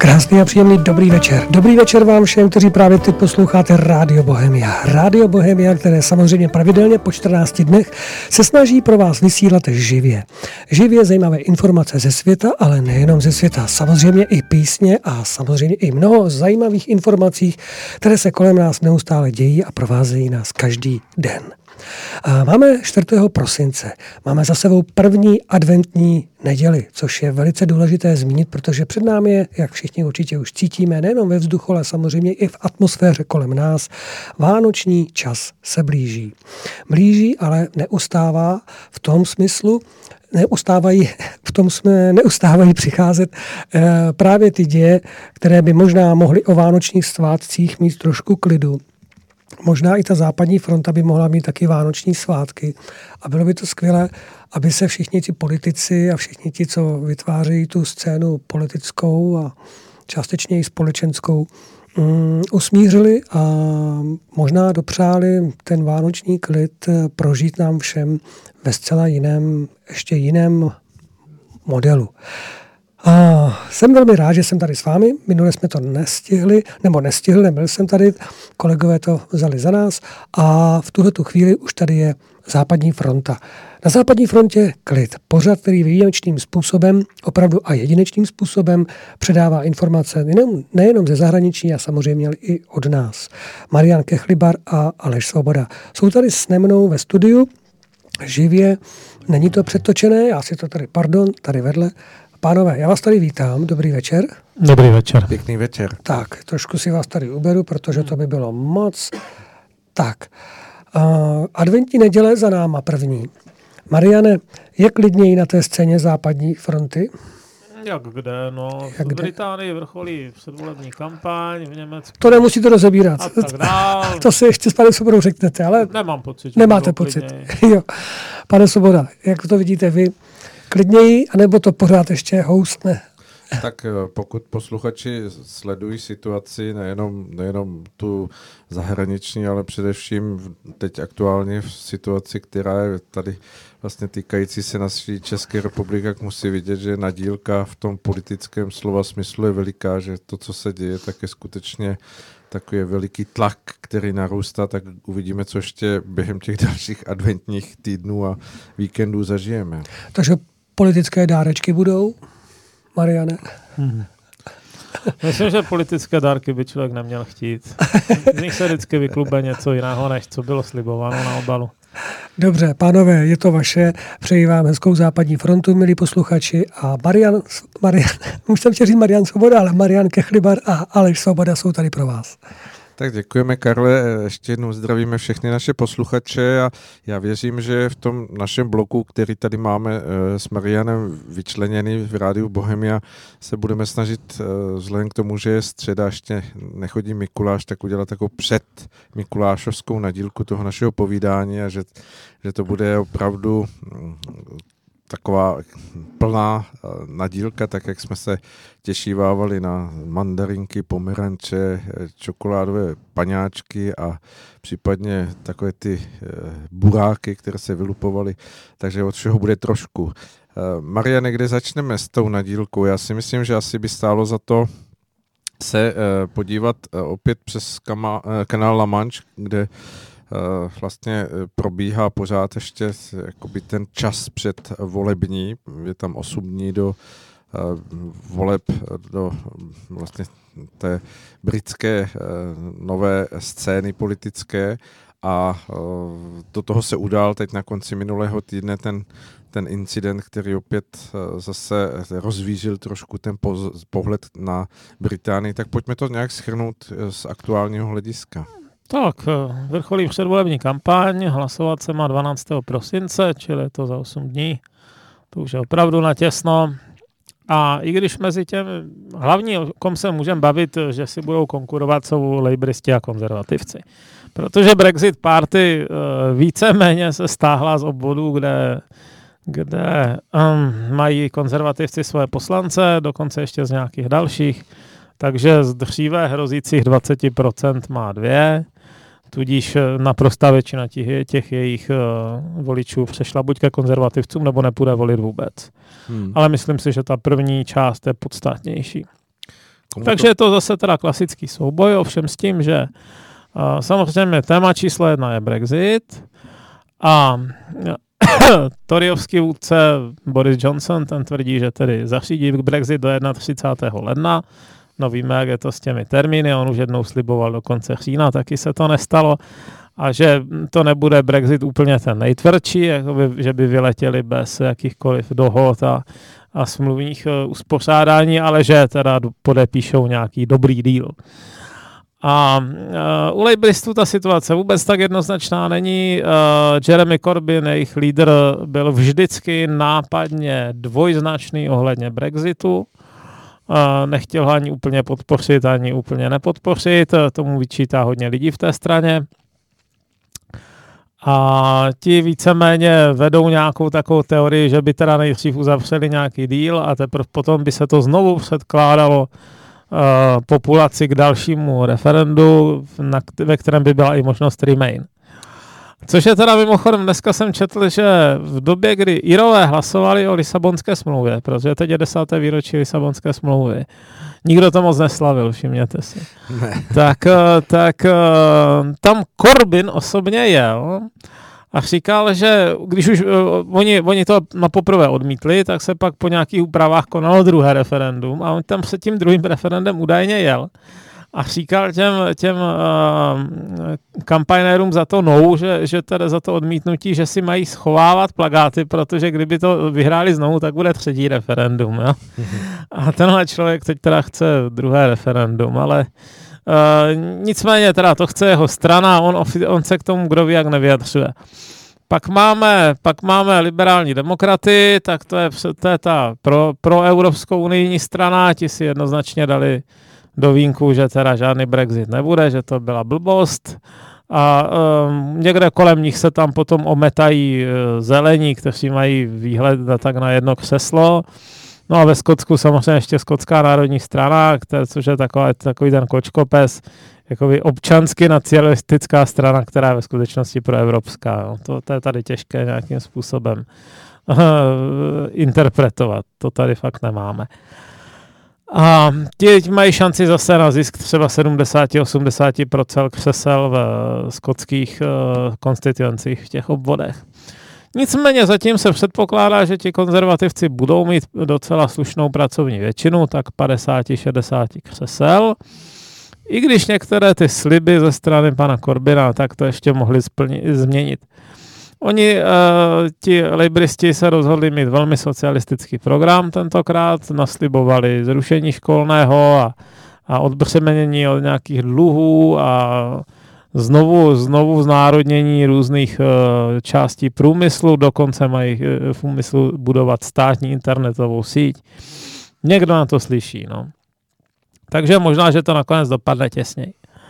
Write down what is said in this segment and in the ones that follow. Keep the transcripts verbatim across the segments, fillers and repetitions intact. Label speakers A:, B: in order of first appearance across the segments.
A: Krásný a příjemný dobrý večer. Dobrý večer vám všem, kteří právě teď posloucháte Rádio Bohemia. Rádio Bohemia, které samozřejmě pravidelně po čtrnácti dnech se snaží pro vás vysílat živě. Živě zajímavé informace ze světa, ale nejenom ze světa. Samozřejmě i písně a samozřejmě i mnoho zajímavých informací, které se kolem nás neustále dějí a provázejí nás každý den. A máme čtvrtého prosince. Máme za sebou první adventní neděli, což je velice důležité zmínit, protože před námi je, jak všichni určitě už cítíme, nejenom ve vzduchu, ale samozřejmě i v atmosféře kolem nás, vánoční čas se blíží. Blíží, ale neustává v tom smyslu, neustávají, v tom jsme neustávají přicházet e, právě ty děje, které by možná mohly o vánočních svátcích mít trošku klidu. Možná i ta západní fronta by mohla mít taky vánoční svátky a bylo by to skvělé, aby se všichni ti politici a všichni ti, co vytvářejí tu scénu politickou a částečně i společenskou, um, usmířili a možná dopřáli ten vánoční klid prožít nám všem ve zcela jiném, ještě jiném modelu. A jsem velmi rád, že jsem tady s vámi. Minule jsme to nestihli, nebo nestihli, nebyl jsem tady, kolegové to vzali za nás a v tuhletu chvíli už tady je západní fronta. Na západní frontě klid. Pořad, který výjimečným způsobem, opravdu a jedinečným způsobem předává informace nejenom, nejenom ze zahraničí a samozřejmě i od nás. Marian Kechlibar a Aleš Svoboda jsou tady s mnou ve studiu živě. Není to předtočené, já si to tady, pardon, tady vedle. Pánové, já vás tady vítám. Dobrý večer.
B: Dobrý večer.
C: Pěkný večer.
A: Tak, trošku si vás tady uberu, protože to by bylo moc. Tak, uh, adventní neděle za náma první. Mariane, je klidněji na té scéně západní fronty?
B: Jak kde, no.
A: Jak
B: v
A: kde?
B: Británii vrcholí předvolební kampaň, v Německu.
A: To nemusíte rozebírat.
B: A tak dál.
A: To si ještě s panem Svobodou řeknete, ale
B: Nemám pocit, že
A: nemáte
B: bylo
A: pocit.
B: klidněji.
A: Jo. Pane Svoboda, jak to vidíte vy? Klidněji, anebo to pořád ještě houstne?
C: Tak pokud posluchači sledují situaci, nejenom, nejenom tu zahraniční, ale především teď aktuálně v situaci, která je tady vlastně týkající se naší České republiky, jak musí vidět, že nadílka v tom politickém slova smyslu je veliká, že to, co se děje, tak je skutečně takový veliký tlak, který narůstá, tak uvidíme, co ještě během těch dalších adventních týdnů a víkendů zažijeme.
A: Takže politické dárečky budou, Mariane?
B: Hmm. Myslím, že politické dárky by člověk neměl chtít. Z nich se vždycky vyklube něco jiného, než co bylo slibováno na obalu.
A: Dobře, pánové, je to vaše. Přeji vám hezkou západní frontu, milí posluchači. A Marian, Marian už jsem chtěl říct Marian Svoboda, ale Marian Kechlibar a Aleš Svoboda jsou tady pro vás.
C: Tak děkujeme, Karle, ještě jednou zdravíme všechny naše posluchače a já věřím, že v tom našem bloku, který tady máme s Marianem vyčleněný v Rádiu Bohemia, se budeme snažit vzhledem k tomu, že je středa, ještě nechodí Mikuláš, tak udělat takovou před mikulášovskou nadílku toho našeho povídání a že, že to bude opravdu taková plná nadílka, tak jak jsme se těšívávali na mandarinky, pomeranče, čokoládové paňáčky a případně takové ty buráky, které se vylupovaly, takže od všeho bude trošku. Mariane, kde začneme s tou nadílkou? Já si myslím, že asi by stálo za to se podívat opět přes kanál La Manche, kde vlastně probíhá pořád ještě jakoby ten čas před volební, je tam osm dní do voleb, do vlastně té britské nové scény politické a do toho se udál teď na konci minulého týdne ten, ten incident, který opět zase rozvířil trošku ten pohled na Británii, tak pojďme to nějak shrnout z aktuálního hlediska.
B: Tak, vrcholí předvolební kampaň, hlasovat se má dvanáctého prosince, čili je to za osm dní. To už je opravdu natěsno. A i když mezi těmi hlavní, o kom se můžeme bavit, že si budou konkurovat, jsou lejbristi a konzervativci. Protože Brexit Party víceméně se stáhla z obvodů, kde, kde um, mají konzervativci své poslance, dokonce ještě z nějakých dalších. Takže z dříve hrozících dvacet procent má dvě, tudíž naprostá většina těch, těch jejich uh, voličů přešla buď ke konzervativcům, nebo nepůjde volit vůbec. Hmm. Ale myslím si, že ta první část je podstatnější.
C: Komu
B: Takže
C: to...
B: je to zase teda klasický souboj, ovšem s tím, že uh, samozřejmě téma číslo jedna je Brexit a Toryovský vůdce Boris Johnson, ten tvrdí, že tedy zařídí Brexit do třicátého prvního ledna. No víme, jak je to s těmi termíny, on už jednou sliboval do konce října, taky se to nestalo. A že to nebude Brexit úplně ten nejtvrdší, jakoby, že by vyletěli bez jakýchkoliv dohod a, a smluvních uh, uspořádání, ale že teda podepíšou nějaký dobrý díl. A uh, u Labouristů ta situace vůbec tak jednoznačná není. Uh, Jeremy Corbyn, jejich lídr, byl vždycky nápadně dvojznačný ohledně Brexitu. Uh, nechtěl ho ani úplně podpořit, ani úplně nepodpořit. Tomu vyčítá hodně lidí v té straně. A ti víceméně vedou nějakou takovou teorii, že by teda nejdřív uzavřeli nějaký díl a teprve potom by se to znovu předkládalo uh, populaci k dalšímu referendu, na, ve kterém by byla i možnost Remain. Což je teda mimochodem, dneska jsem četl, že v době, kdy Irové hlasovali o Lisabonské smlouvě, protože teď je desáté výročí Lisabonské smlouvy, nikdo to moc neslavil, všimněte si.
C: Ne.
B: Tak, tak tam Corbyn osobně jel a říkal, že když už uh, oni, oni to na poprvé odmítli, tak se pak po nějakých úpravách konalo druhé referendum a on tam před tím druhým referendem údajně jel a říkal těm, těm uh, kampaňérům za to nou, že, že teda za to odmítnutí, že si mají schovávat plakáty, protože kdyby to vyhráli znovu, tak bude třetí referendum. Jo? A tenhle člověk teď teda chce druhé referendum, ale uh, nicméně teda to chce jeho strana, on, on se k tomu kdo ví jak nevyjadřuje. Pak máme, pak máme liberální demokraty, tak to je, to je ta pro, pro Evropskou unijní strana, ti si jednoznačně dali do vínku, že teda žádný Brexit nebude, že to byla blbost. A um, někde kolem nich se tam potom ometají uh, zelení, kteří mají výhled na, tak na jedno křeslo. No a ve Skotsku samozřejmě ještě Skotská národní strana, které, což je taková, takový ten kočkopes, jakoby občansky nacionalistická strana, která je ve skutečnosti proevropská. No, to, to je tady těžké nějakým způsobem uh, interpretovat. To tady fakt nemáme. A ti mají šanci zase na zisk třeba sedmdesát až osmdesát procent křesel v skotských uh, konstituencích v těch obvodech. Nicméně zatím se předpokládá, že ti konzervativci budou mít docela slušnou pracovní většinu, tak padesát až šedesát křesel. I když některé ty sliby ze strany pana Corbyna, tak to ještě mohli splnit, změnit. Oni, uh, ti laboristi, se rozhodli mít velmi socialistický program tentokrát, naslibovali zrušení školného a, a odbřemenění od nějakých dluhů a znovu, znovu znárodnění různých uh, částí průmyslu, dokonce mají uh, v úmyslu budovat státní internetovou síť. Někdo na to slyší, no. Takže možná, že to nakonec dopadne těsněji.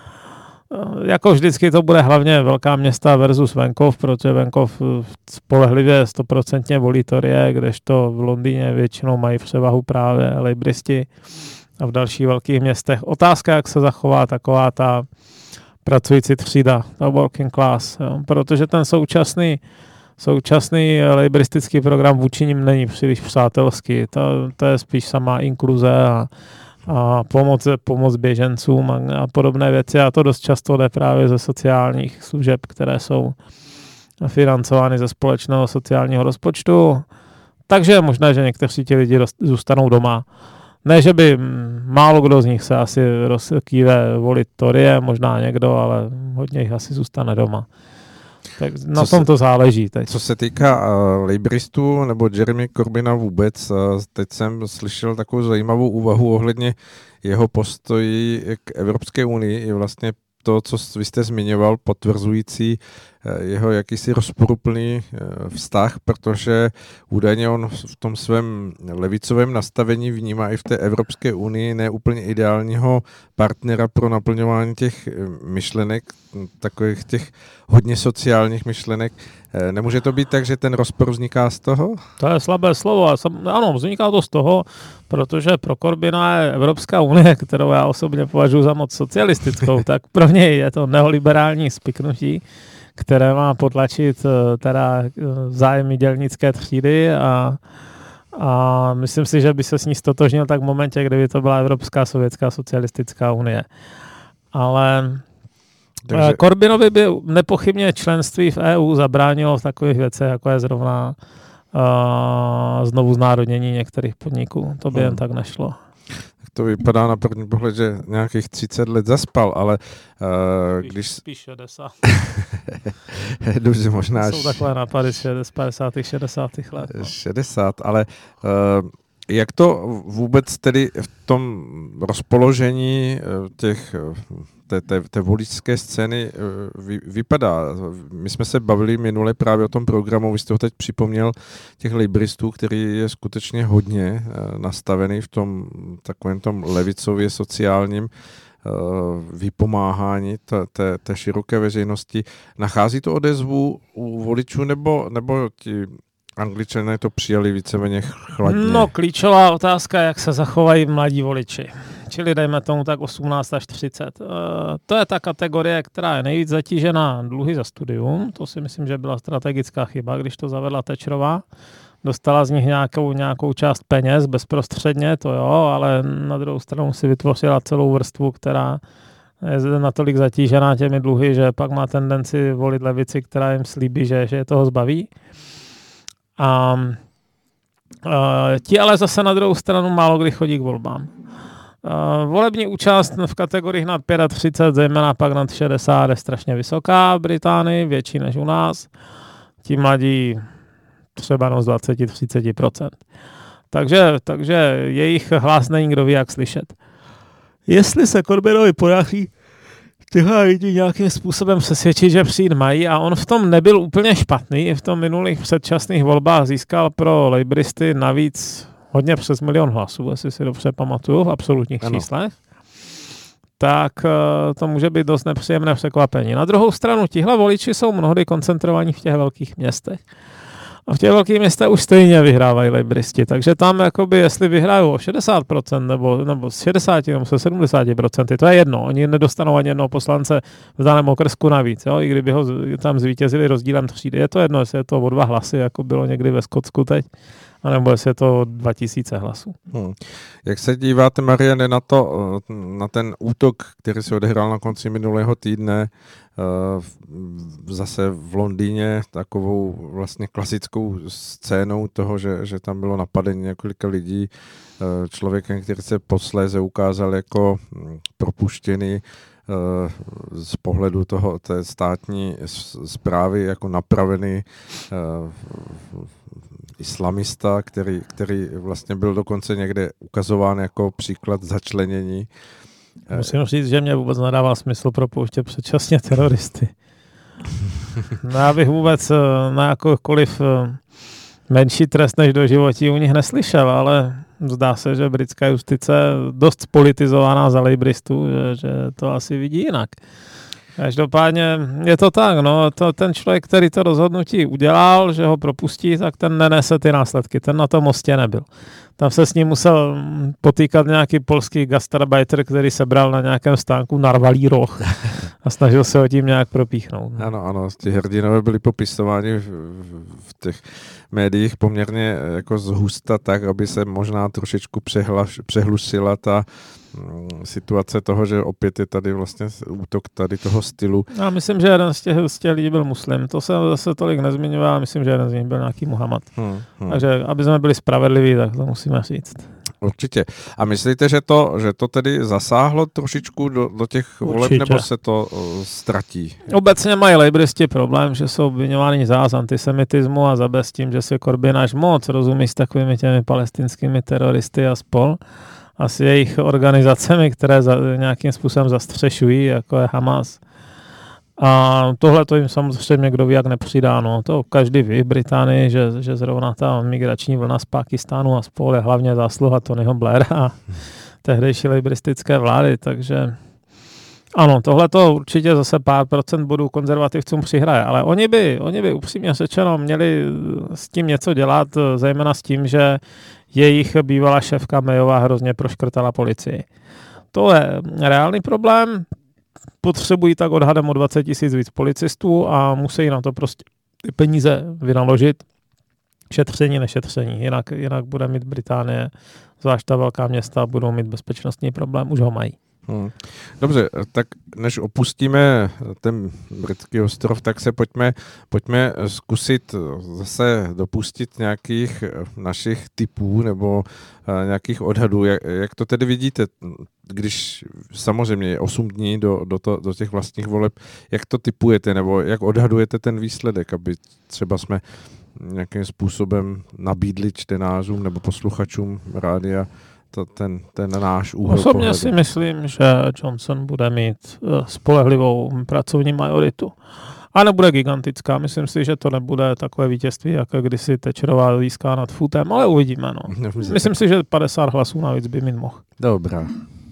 B: Jako vždycky to bude hlavně velká města versus venkov, protože venkov spolehlivě stoprocentně volí Toryje, kdežto v Londýně většinou mají převahu právě laboristi a v dalších velkých městech. Otázka, jak se zachová taková ta pracující třída, ta working class, jo? Protože ten současný, současný laboristický program vůči nim není příliš přátelský. To, to je spíš samá inkluze a a pomoc, pomoc běžencům a, a podobné věci. A to dost často jde právě ze sociálních služeb, které jsou financovány ze společného sociálního rozpočtu. Takže je možné, že někteří ti lidi zůstanou doma. Ne, že by málo kdo z nich se asi rozkýve volit Toryje, možná někdo, ale hodně jich asi zůstane doma. Tak na co tom to záleží teď.
C: Co se týká uh, laboristů nebo Jeremy Corbyna vůbec, uh, teď jsem slyšel takovou zajímavou úvahu ohledně jeho postoji k Evropské unii i vlastně to, co vy jste zmiňoval, potvrzující jeho jakýsi rozporuplný vztah, protože údajně on v tom svém levicovém nastavení vnímá i v té Evropské unii neúplně ideálního partnera pro naplňování těch myšlenek, takových těch hodně sociálních myšlenek. Nemůže to být tak, že ten rozpor vzniká z toho?
B: To je slabé slovo. Ano, vzniká to z toho, protože pro Corbyna je Evropská unie, kterou já osobně považuji za moc socialistickou, tak pro něj je to neoliberální spiknutí, které má potlačit teda zájmy dělnické třídy a, A myslím si, že by se s ní stotožnil tak v momentě, kdyby to byla Evropská sovětská socialistická unie. Ale takže Corbinovi by nepochybně členství v E U zabránilo v takových věcech, jako je zrovna uh, znovu znárodnění některých podniků. To by hmm. jen tak nešlo.
C: To vypadá na první pohled, že nějakých třicet let zaspal, ale uh,
B: spíš,
C: když...
B: Spíš šedesát.
C: Dobře, možná...
B: Jsou takové nápady z padesátých šedesátých let. No.
C: šedesát, ale uh, jak to vůbec tedy v tom rozpoložení těch... té, té, té voličské scény vy, vypadá. My jsme se bavili minule právě o tom programu, vy jste ho teď připomněl, těch lejbristů, který je skutečně hodně nastavený v tom takovém tom levicově sociálním vypomáhání té, té, té široké veřejnosti. Nachází to odezvu u voličů, nebo, nebo ti Angličané to přijali víceméně chladně?
B: No, klíčová otázka, jak se zachovají mladí voliči. Čili dejme tomu tak osmnáct až třicet. E, to je ta kategorie, která je nejvíc zatížená dluhy za studium. To si myslím, že byla strategická chyba, když to zavedla Thatcherová. Dostala z nich nějakou, nějakou část peněz bezprostředně, to jo, ale na druhou stranu si vytvořila celou vrstvu, která je natolik zatížená těmi dluhy, že pak má tendenci volit levici, která jim slíbí, že, že je toho zbaví. A uh, ti ale zase na druhou stranu málo kdy chodí k volbám. Uh, volební účast v kategoriích nad třicet pět, zejména pak nad šedesát, je strašně vysoká v Británii, větší než u nás. Ti mladí třeba no z dvacet až třicet procent. Takže, takže jejich hlas není kdo ví jak slyšet. Jestli se Corbynovi podaří tyhle lidi nějakým způsobem přesvědčit, že přijít mají, a on v tom nebyl úplně špatný, v tom minulých předčasných volbách získal pro lejbristy navíc hodně přes milion hlasů, jestli si dobře pamatuju, v absolutních ano. číslech, tak to může být dost nepříjemné překvapení. Na druhou stranu, tihle voliči jsou mnohdy koncentrovaní v těch velkých městech. A v těch velkých městech už stejně vyhrávají lejbristi, takže tam, jakoby, jestli vyhrajou o šedesát procent nebo, nebo z šedesát nebo se sedmdesát procent, to je jedno. Oni nedostanou ani jednoho poslance v daném okrsku navíc, jo? I kdyby ho tam zvítězili rozdílem třídy. Je to jedno, jestli je to o dva hlasy, jako bylo někdy ve Skotsku teď, anebo jestli je to dva tisíce hlasů. Hmm.
C: Jak se díváte, Mariane, na to, na ten útok, který se odehrál na konci minulého týdne, zase v Londýně, takovou vlastně klasickou scénou toho, že, že tam bylo napadení několika lidí, člověkem, který se posléze ukázal jako propuštěný z pohledu toho, té státní správy jako napravený islamista, který, který vlastně byl dokonce někde ukazován jako příklad začlenění.
B: Musím říct, že mě vůbec nedává smysl propouštět předčasně teroristy. No, já bych vůbec na jakoukoliv menší trest než doživotí u nich neslyšel, ale zdá se, že britská justice dost spolitizovaná za lejbristů, že, že to asi vidí jinak. Každopádně je to tak, no, to, ten člověk, který to rozhodnutí udělal, že ho propustí, tak ten nenese ty následky, ten na tom mostě nebyl. Tam se s ním musel potýkat nějaký polský gastarbeiter, který sebral na nějakém stánku narvalý roh a snažil se ho tím nějak propíchnout.
C: Ano, ano, ti hrdinové byli popisováni v, v těch médiích poměrně jako zhusta tak, aby se možná trošičku přehlaš, přehlusila ta situace toho, že opět je tady vlastně útok tady toho stylu.
B: Já myslím, že jeden z těch, z těch lidí byl muslim. To se zase tolik nezmiňoval, myslím, že jeden z nich byl nějaký Muhammad. Hmm, hmm. Takže aby jsme byli spravedliví, tak to musíme říct.
C: Určitě. A myslíte, že to, že to tedy zasáhlo trošičku do, do těch voleb, nebo se to uh, ztratí?
B: Obecně mají lejbristi problém, že jsou obviňováni za antisemitismu a za bez tím, že se Corbyn až moc rozumí s takovými těmi palestinskými teroristy a spol. A s jejich organizacemi, které za, nějakým způsobem zastřešují, jako je Hamas. A tohle to jim samozřejmě kdo ví, jak nepřidá. No. To každý ví v Británii, že, že zrovna ta migrační vlna z Pákistánu a spol je hlavně zásluha Tonyho Blaira a tehdejší lejbristické vlády. Takže ano, tohle to určitě zase pár procent bodů konzervativcům přihraje. Ale oni by, oni by upřímně řečeno měli s tím něco dělat, zejména s tím, že jejich bývalá šéfka Mayová hrozně proškrtala policii. To je reálný problém. Potřebují tak odhadem o dvacet tisíc víc policistů a musí na to prostě ty peníze vynaložit. šetření, nešetření. Jinak, jinak bude mít Británie, zvlášť ta velká města, budou mít bezpečnostní problém, už ho mají.
C: Hmm. Dobře, tak než opustíme ten britský ostrov, tak se pojďme, pojďme zkusit zase dopustit nějakých našich typů nebo nějakých odhadů. Jak, jak to tedy vidíte, když samozřejmě je osm dní do, do, to, do těch vlastních voleb, jak to typujete nebo jak odhadujete ten výsledek, aby třeba jsme nějakým způsobem nabídli čtenářům nebo posluchačům rádia to, ten, ten náš úhel
B: Osobně
C: pohledu.
B: si myslím, že Johnson bude mít spolehlivou pracovní majoritu. A nebude gigantická. Myslím si, že to nebude takové vítězství, jako kdysi Thatcherová získá nad Footem, ale uvidíme. No. Myslím si, že padesát hlasů navíc by mít mohl.
C: Dobrá.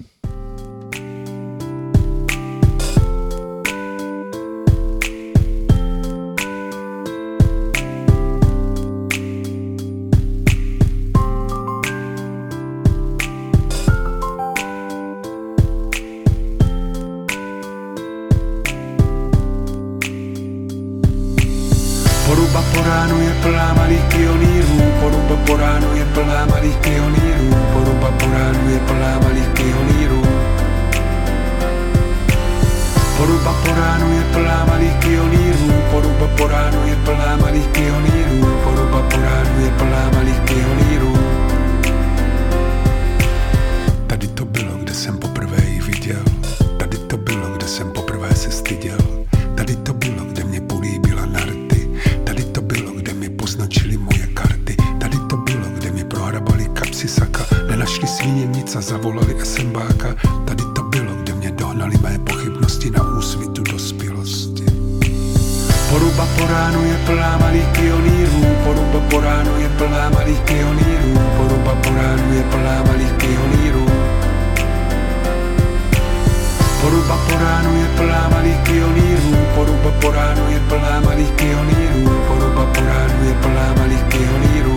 D: Poruba po ránu je plná malých pionýrů, poruba po ránu je plná malých pionýrů, poruba po ránu je plná malých pionýrů. Poruba po ránu je plná malých pionýrů, poruba po ránu je plná malých pionýrů, poruba po ránu je plná malých pionýrů. Tady to bylo, kde jsem poprvé ji viděl, tady to bylo, kde jsem poprvé se styděl, tady to bylo, kde mě políbila narty, tady to bylo, kde mi poznačili moje karty, tady to bylo, kde mi prohrabali kapsy saka, nenašli svíně nic a zavolali esembáka, tady to bylo, kde mě dohnali mé pochybnosti na úsvitu dospělosti. Poruba po ránu je plná malých pionýrů, poruba po ránu je plná malých pionýrů, poruba po ránu je plná malých pionýrů. Poruba po ránu je plná malých pionýrů, poruba po ránu je plná malých pionýrů, poruba po ránu je plná malých pionýrů.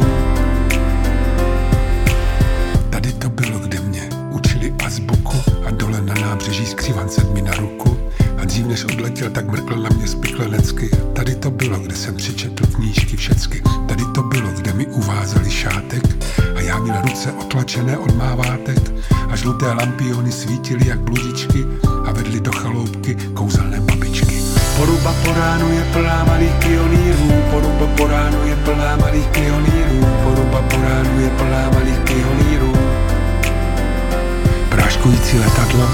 D: Tady to bylo, kde mě učili azbuku a dole na nábřeží skřívan sedmi na ruku a dřív než odletěl, tak mrkl na mě spiklenecky. Tady to bylo, kde jsem přečetl knížky všecky. Tady to bylo, kde mi uvázali šátek a já měl ruce otlačené od mávátek a žluté lampiony svítily jak bludičky a vedli do chaloupky kouzelné babičky. Poruba po ránu je plná malých pionýrů, poruba po ránu je plná malých pionýrů, poruba po ránu je plná malých pionýrů. Práškující letadlo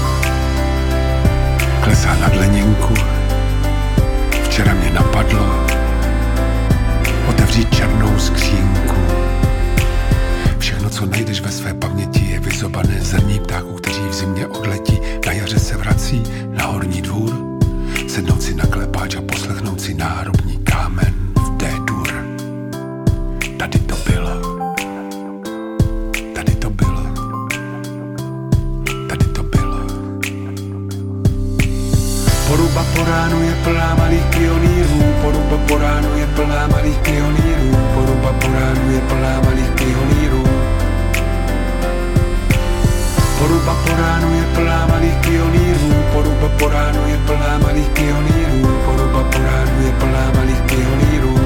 D: klesá nad Leněnku. Včera mě napadlo otevřít černou skřínku. Všechno, co najdeš ve své paměti, je vyzobané zrní ptáků, kteří v zimě odletí, na jaře se vrací na horní dvůr, sednout si na klepáč a poslechnout si náhrobní kámen v D-dur. Tady to bylo. Tady to bylo. Tady to bylo. Poruba po ránu je plná malých pionýrů, poruba po ránu je plná malých pionýrů, poruba po ránu je plná malých pionýrů. Poruba po ránu je plná malých pionýrů, poruba po ránu je plná malých pionýrů, poruba po ránu je plná malých pionýrů.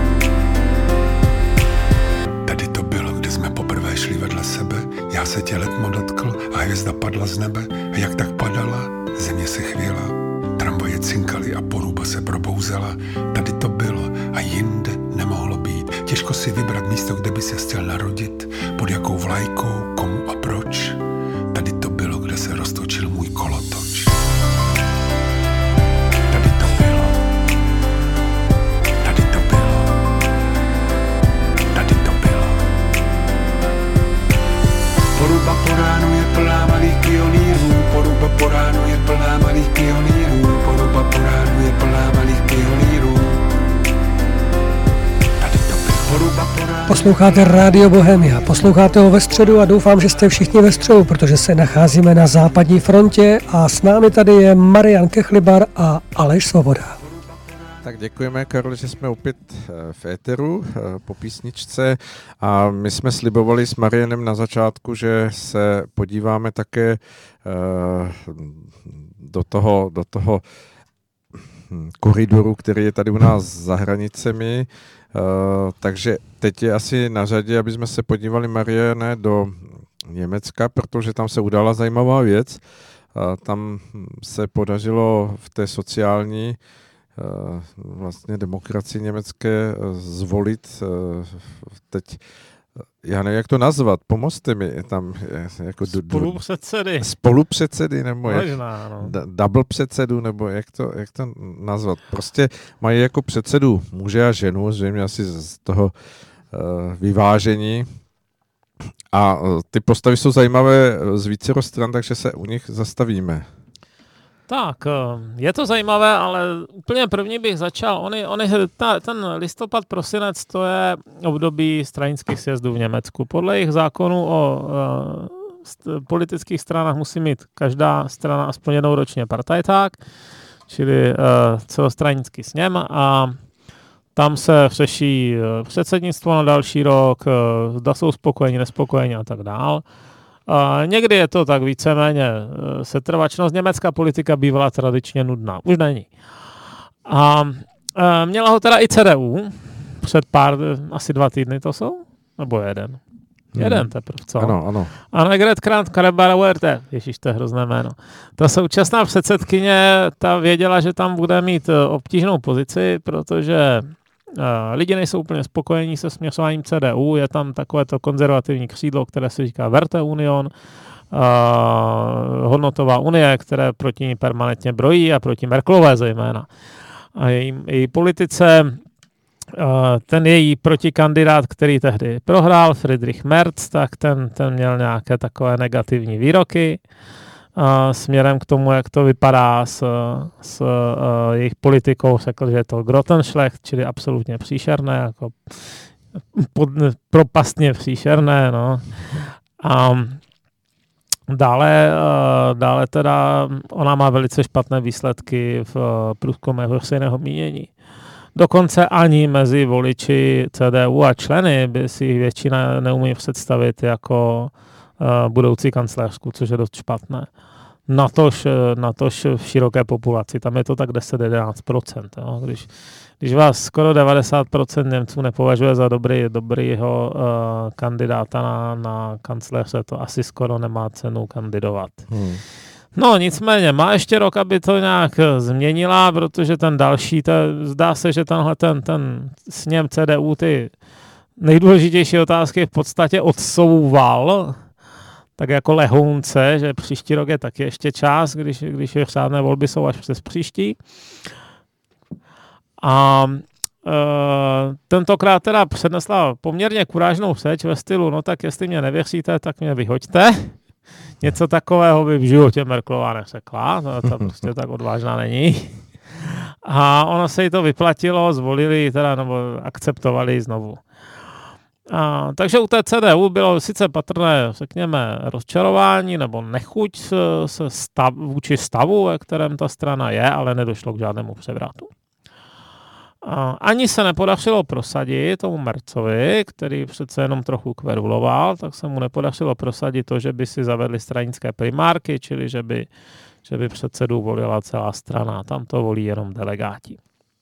D: Tady to bylo, kde jsme poprvé šli vedle sebe, já se tě letmo dotkl a hvězda padla z nebe a jak tak padala, země se chvěla, tramvaje cinkaly a poruba se probouzela. Tady to bylo a jinde nemohlo být, těžko si vybrat místo, kde by se chtěl narodit, pod jakou vlajkou, komu a proč. Tady to bylo, kde se roztočil můj kolotoč. Tady to bylo. Tady to bylo. Tady to bylo. Poruba po ránu je plná malých pionýrů, poruba po ránu je plná malých pionýrů, poruba po ránu je plná malých pionýrů.
A: Posloucháte Rádio Bohemia, posloucháte ho ve středu a doufám, že jste všichni ve středu, protože se nacházíme na západní frontě a s námi tady je Marian Kechlibar a Aleš Svoboda.
C: Tak děkujeme, Karol, že jsme opět v éteru po písničce a my jsme slibovali s Marianem na začátku, že se podíváme také do toho, do toho koridoru, který je tady u nás za hranicemi. Uh, takže teď je asi na řadě, aby jsme se podívali, Mariane, do Německa, protože tam se udala zajímavá věc. Uh, tam se podařilo v té sociální uh, vlastně demokracii německé uh, zvolit uh, teď, já nevím, jak to nazvat, pomozte mi, je tam jako
B: spolupředsedy.
C: Spolupředsedy, nebo
B: Možná,
C: jak,
B: no.
C: d- double předsedu, nebo jak to, jak to nazvat. Prostě mají jako předsedu muže a ženu, zřejmě asi z toho uh, vyvážení. A uh, ty postavy jsou zajímavé z vícero stran, takže se u nich zastavíme.
B: Tak, je to zajímavé, ale úplně první bych začal. Ony, ony, ta, ten listopad, prosinec, to je období stranických sjezdů v Německu. Podle jejich zákonů o uh, st- politických stranách musí mít každá strana aspoň jednou ročně partajták, čili uh, celostranický sněm, a tam se řeší uh, předsednictvo na další rok, uh, zda jsou spokojení, nespokojení a tak dál. Uh, někdy je to tak víceméně uh, setrvačnost. Německá politika bývala tradičně nudná. Už není. A uh, měla ho teda i C D U před pár, asi dva týdny to jsou? Nebo jeden? Hmm. Jeden teprve, co?
C: Ano, ano.
B: Annegret Kramp-Karrenbauer, ježiš, to je hrozné jméno. Ta současná předsedkyně, ta věděla, že tam bude mít uh, obtížnou pozici, protože Uh, lidi nejsou úplně spokojení se směřováním C D U, je tam takovéto konzervativní křídlo, které se říká Werte Union, uh, hodnotová unie, které proti ní permanentně brojí a proti Merkelové zejména. A její, její politice, uh, ten její protikandidát, který tehdy prohrál, Friedrich Merz, tak ten, ten měl nějaké takové negativní výroky Uh, směrem k tomu, jak to vypadá s, s uh, jejich politikou, řekl, že je to Grottenschlecht, čili absolutně příšerné, jako pod, propastně příšerné, no. A dále, uh, dále teda ona má velice špatné výsledky v uh, průzkumech veřejného mínění. Dokonce ani mezi voliči C D U a členy by si většina neumí představit jako budoucí kancléřku, což je dost špatné. Natož, natož v široké populaci, tam je to tak deset až jedenáct procent. Jo. Když, když vás skoro devadesát procent Němců nepovažuje za dobrý, dobrýho uh, kandidáta na, na kancléře, to asi skoro nemá cenu kandidovat. Hmm. No nicméně, má ještě rok, aby to nějak změnila, protože ten další, to, zdá se, že tenhle ten, ten sněm C D U ty nejdůležitější otázky v podstatě odsouval, tak jako lehounce, že příští rok je taky ještě čas, když, když je řádné volby jsou až přes příští. A e, tentokrát teda přednesla poměrně kurážnou řeč ve stylu, no tak jestli mě nevěříte, tak mě vyhoďte. Něco takového by v životě Merkelová neřekla, to, to prostě tak odvážná není. A ono se jí to vyplatilo, zvolili teda, nebo akceptovali znovu. A, takže u té C D U bylo sice patrné, řekněme, rozčarování nebo nechuť se stav, vůči stavu, ve kterém ta strana je, ale nedošlo k žádnému převratu. A, ani se nepodařilo prosadit tomu Merzovi, který přece jenom trochu kveruloval, tak se mu nepodařilo prosadit to, že by si zavedli stranické primárky, čili že by, že by předsedu volila celá strana. Tam to volí jenom delegáti.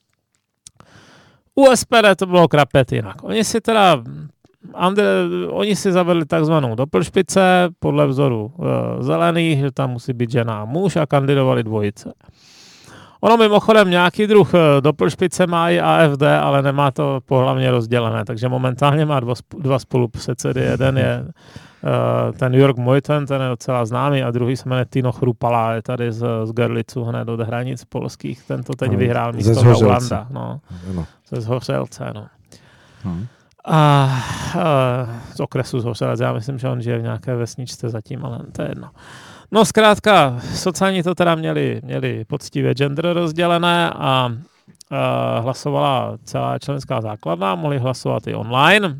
B: U S P D to bylo krapet jinak. Oni si teda Andre, oni si zavedli takzvanou doppelšpice podle vzoru e, zelených, že tam musí být žena a muž, a kandidovali dvojice. Ono mimochodem nějaký druh e, doppelšpice má i A F D, ale nemá to pohlavně rozdělené, takže momentálně má dva, dva spolupředsedy. Jeden je e, ten Jörg Meuthen, ten je docela známý, a druhý se jmenuje Tino Chrupala, je tady z, z Görlicu hned od hranic polských, ten to teď vyhrál místo Rolanda. No, no. Ze Zhořelce, no. Hmm. A, a z okresu Zhořelec, já myslím, že on žije v nějaké vesničce zatím, ale to je jedno. No zkrátka, sociální to teda měli, měli poctivě gender rozdělené a, a hlasovala celá členská základna, mohli hlasovat i online.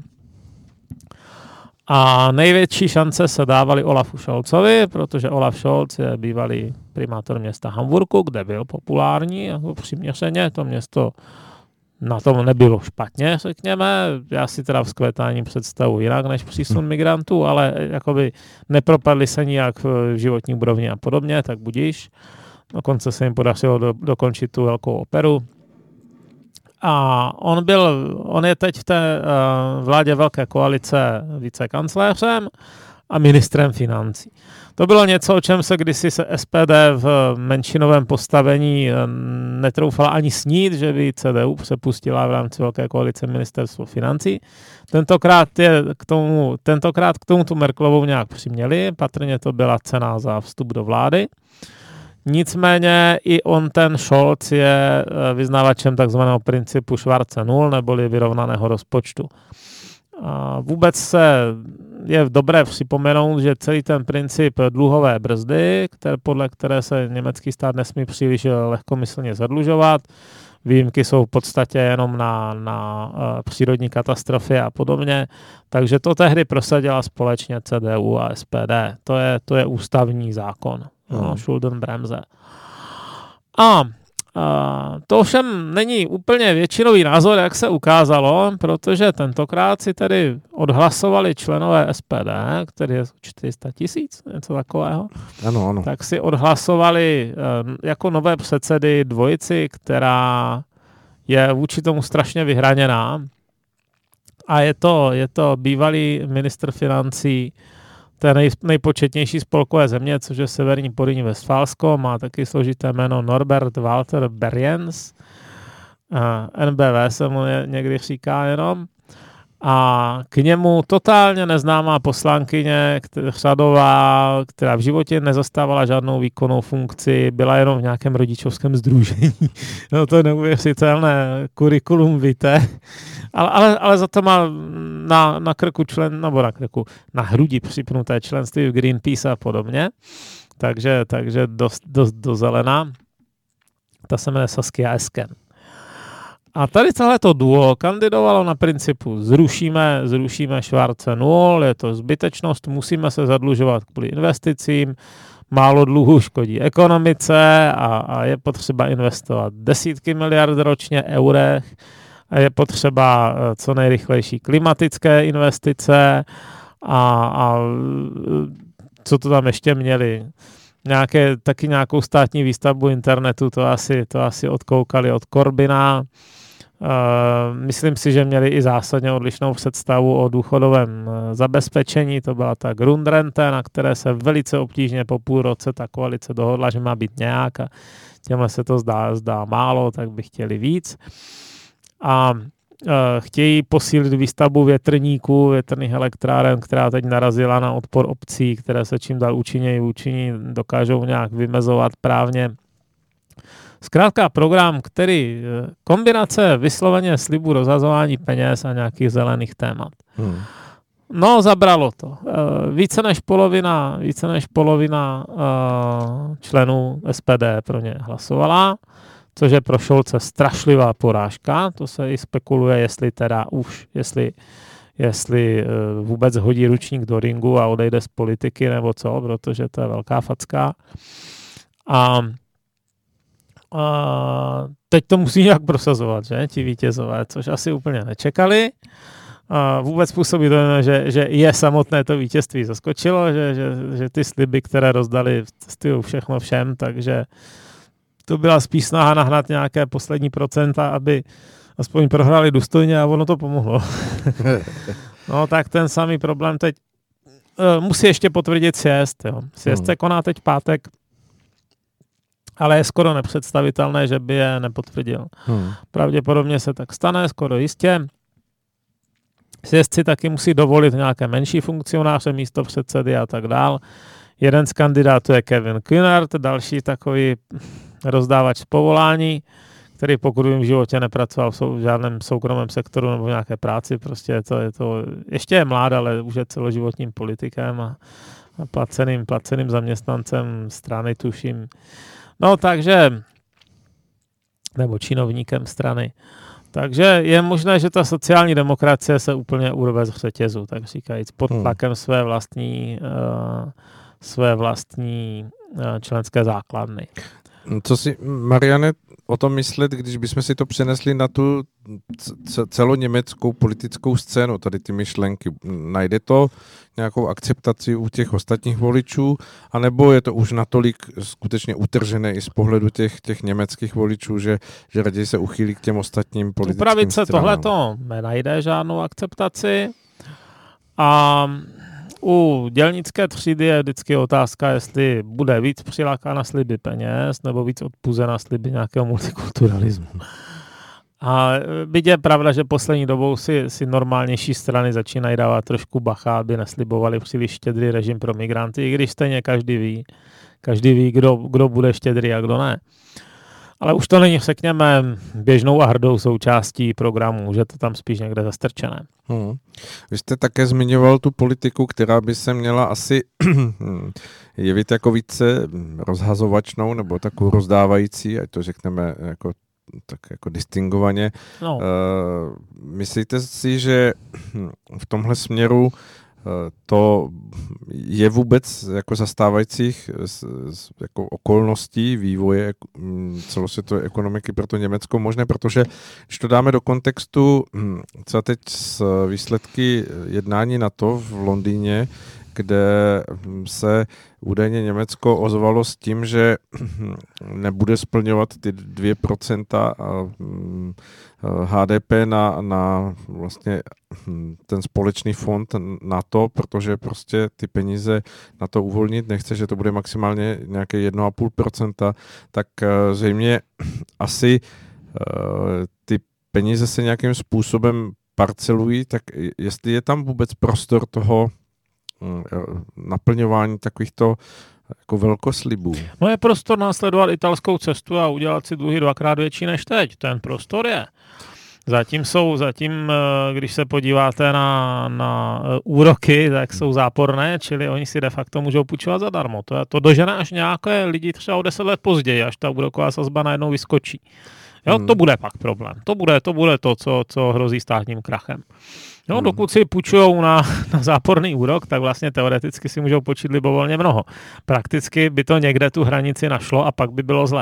B: A největší šance se dávaly Olafu Scholzovi, protože Olaf Scholz je bývalý primátor města Hamburku, kde byl populární, jako přiměřeně, to město na tom nebylo špatně, řekněme. Já si teda vzkvétání představu jinak než přísun migrantů, ale jakoby nepropadli se nijak v životní úrovni a podobně, tak budíš. Dokonce se jim podařilo do, dokončit tu velkou operu. A on byl, on je teď v té uh, vládě velké koalice vicekancléřem a ministrem financí. To bylo něco, o čem se kdysi se S P D v menšinovém postavení netroufala ani snít, že by C D U přepustila v rámci velké koalice ministerstvo financí. Tentokrát, je k tomu, tentokrát k tomu tu Merkelovou nějak přiměli, patrně to byla cena za vstup do vlády. Nicméně i on, ten Scholz, je vyznavačem takzvaného principu Schwarze Null, neboli vyrovnaného rozpočtu. A vůbec se je dobré připomenout, že celý ten princip dluhové brzdy, které, podle které se německý stát nesmí příliš lehkomyslně zadlužovat, výjimky jsou v podstatě jenom na, na uh, přírodní katastrofy a podobně, takže to tehdy prosadila společně C D U a S P D. To je, to je ústavní zákon, hmm. no, Schuldenbremse. A Uh, to ovšem není úplně většinový názor, jak se ukázalo, protože tentokrát si tedy odhlasovali členové S P D, který je čtyři sta tisíc, něco takového.
C: Ano, ano.
B: Tak si odhlasovali uh, jako nové předsedy dvojici, která je vůči tomu strašně vyhraněná. A je to, je to bývalý ministr financí té nej, nejpočetnější spolkové země, což je Severní Porýní Vestfálsko, má taky složité jméno Norbert Walter Berjens. N B V se mu někdy říká jenom. A k němu totálně neznámá poslankyně Chřadová, která v životě nezastávala žádnou výkonnou funkci, byla jenom v nějakém rodičovském sdružení. No to je neuvěřitelné kurikulum vitae. Ale, ale, ale za to má na, na krku člen, nebo na krku, na hrudi připnuté členství v Greenpeace a podobně. Takže, takže dost, dost dozelená. Ta se jmenuje Saskia Esken. A tady tohleto duo kandidovalo na principu zrušíme, zrušíme Schwarze Null, je to zbytečnost, musíme se zadlužovat kvůli investicím, málo dluhů škodí ekonomice a, a je potřeba investovat desítky miliard ročně eurech a je potřeba co nejrychlejší klimatické investice a, a co to tam ještě měli? Nějaké, taky nějakou státní výstavbu internetu, to asi, to asi odkoukali od Corbina. Uh, myslím si, že měli i zásadně odlišnou představu o důchodovém zabezpečení. To byla ta Grundrente, na které se velice obtížně po půl roce ta koalice dohodla, že má být nějak a těmhle se to zdá, zdá málo, tak by chtěli víc. A uh, chtějí posílit výstavbu větrníků, větrných elektráren, která teď narazila na odpor obcí, které se čím dál účinněji účinní dokážou nějak vymezovat právně. Zkrátka program, který kombinace vysloveně slibu rozhazování peněz a nějakých zelených témat. Hmm. No, zabralo to. Více než polovina, více než polovina uh, členů S P D pro ně hlasovala, což je pro Scholze strašlivá porážka. To se i spekuluje, jestli teda už, jestli, jestli uh, vůbec hodí ručník do ringu a odejde z politiky nebo co, protože to je velká facka. A Uh, teď to musí nějak prosazovat, že, ti vítězové, což asi úplně nečekali. Uh, vůbec působí to, že, že je samotné to vítězství zaskočilo, že, že, že ty sliby, které rozdali, stylu všechno všem, takže to byla spíš snaha nahnat nějaké poslední procenta, aby aspoň prohráli důstojně a ono to pomohlo. No tak ten samý problém teď uh, musí ještě potvrdit sjezd. Jo. Sjezd se koná teď pátek, ale je skoro nepředstavitelné, že by je nepotvrdil. Hmm. Pravděpodobně se tak stane, skoro jistě. Sjezd si taky musí dovolit nějaké menší funkcionáře, místo předsedy a tak dál. Jeden z kandidátů je Kevin Kühnert, další takový rozdávač z povolání, který pokud vím v životě nepracoval v žádném soukromém sektoru nebo v nějaké práci, prostě je to, je to ještě je mlád, ale už je celoživotním politikem a, a placeným, placeným zaměstnancem strany, tuším. No takže, nebo činovníkem strany. Takže je možné, že ta sociální demokracie se úplně urve z řetězu, tak říkajíc, pod tlakem své vlastní, uh, své vlastní uh, členské základny.
C: Co si, Mariane, o tom myslet, když bychom si to přenesli na tu celoněmeckou politickou scénu, tady ty myšlenky. Najde to nějakou akceptaci u těch ostatních voličů, anebo je to už natolik skutečně utržené i z pohledu těch, těch německých voličů, že, že raději se uchýlí k těm ostatním politickým stranám?
B: Upravit se tohleto nenajde žádnou akceptaci. A u dělnické třídy je vždycky otázka, jestli bude víc přilákána sliby peněz nebo víc odpuzena sliby nějakého multikulturalismu. A byť je pravda, že poslední dobou si, si normálnější strany začínají dávat trošku bacha, aby neslibovali příliš štědrý režim pro migranty, i když stejně každý ví, každý ví, kdo, kdo bude štědrý a kdo ne. Ale už to není, řekněme, běžnou a hrdou součástí programu, že to tam spíš někde zastrčené.
C: Hmm. Vy jste také zmiňoval tu politiku, která by se měla asi jevit jako více rozhazovačnou nebo takovou rozdávající, ať to řekneme jako, tak jako distingovaně. No. Uh, myslíte si, že v tomhle směru to je vůbec jako zastávajících jako okolností vývoje celosvětové ekonomiky pro to Německo možné, protože když to dáme do kontextu třeba teď s výsledky jednání NATO v Londýně, kde se údajně Německo ozvalo s tím, že nebude splňovat ty dvě procenta H D P na, na vlastně ten společný fond NATO, protože prostě ty peníze na to uvolnit nechce, že to bude maximálně nějaké jedna celá pět procenta, tak zřejmě asi ty peníze se nějakým způsobem parcelují, tak jestli je tam vůbec prostor toho naplňování takovýchto jako velkoslibů.
B: No je prostor následovat italskou cestu a udělat si dluhy dvakrát větší než teď. Ten prostor je. Zatím jsou, zatím, když se podíváte na, na úroky, tak jsou záporné, čili oni si de facto můžou půjčovat zadarmo. To, je, to dožene až nějaké lidi třeba o deset let později, až ta úroková sazba najednou vyskočí. Jo, hmm. To bude pak problém. To bude to, bude to co, co hrozí státním krachem. No, dokud si půjčujou na, na záporný úrok, tak vlastně teoreticky si můžou počít libovolně mnoho. Prakticky by to někde tu hranici našlo a pak by bylo zlé.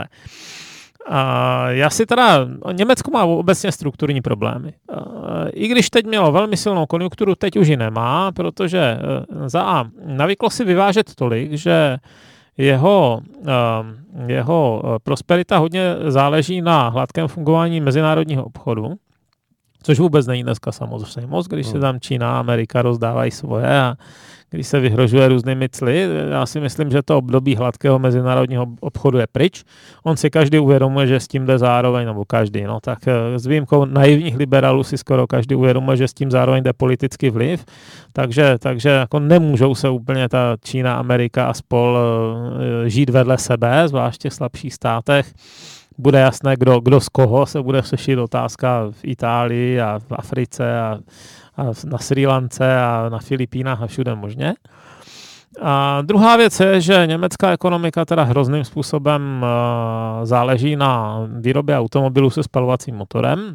B: A já si teda, Německo má obecně strukturní problémy. I když teď mělo velmi silnou konjunkturu, teď už ji nemá, protože za A navyklo si vyvážet tolik, že jeho, jeho prosperita hodně záleží na hladkém fungování mezinárodního obchodu, což vůbec není dneska samozřejmost, když se tam Čína a Amerika rozdávají svoje a když se vyhrožuje různými cly. Já si myslím, že to období hladkého mezinárodního obchodu je pryč. On si každý uvědomuje, že s tím jde zároveň, nebo každý, no tak s výjimkou naivních liberálů si skoro každý uvědomuje, že s tím zároveň jde politický vliv, takže, takže jako nemůžou se úplně ta Čína, Amerika a spol žít vedle sebe, zvlášť v těch slabších státech. Bude jasné, kdo, kdo z koho se bude řešit otázka v Itálii a v Africe a, a na Srí Lance a na Filipínách a všude možně. A druhá věc je, že německá ekonomika teda hrozným způsobem uh, záleží na výrobě automobilů se spalovacím motorem.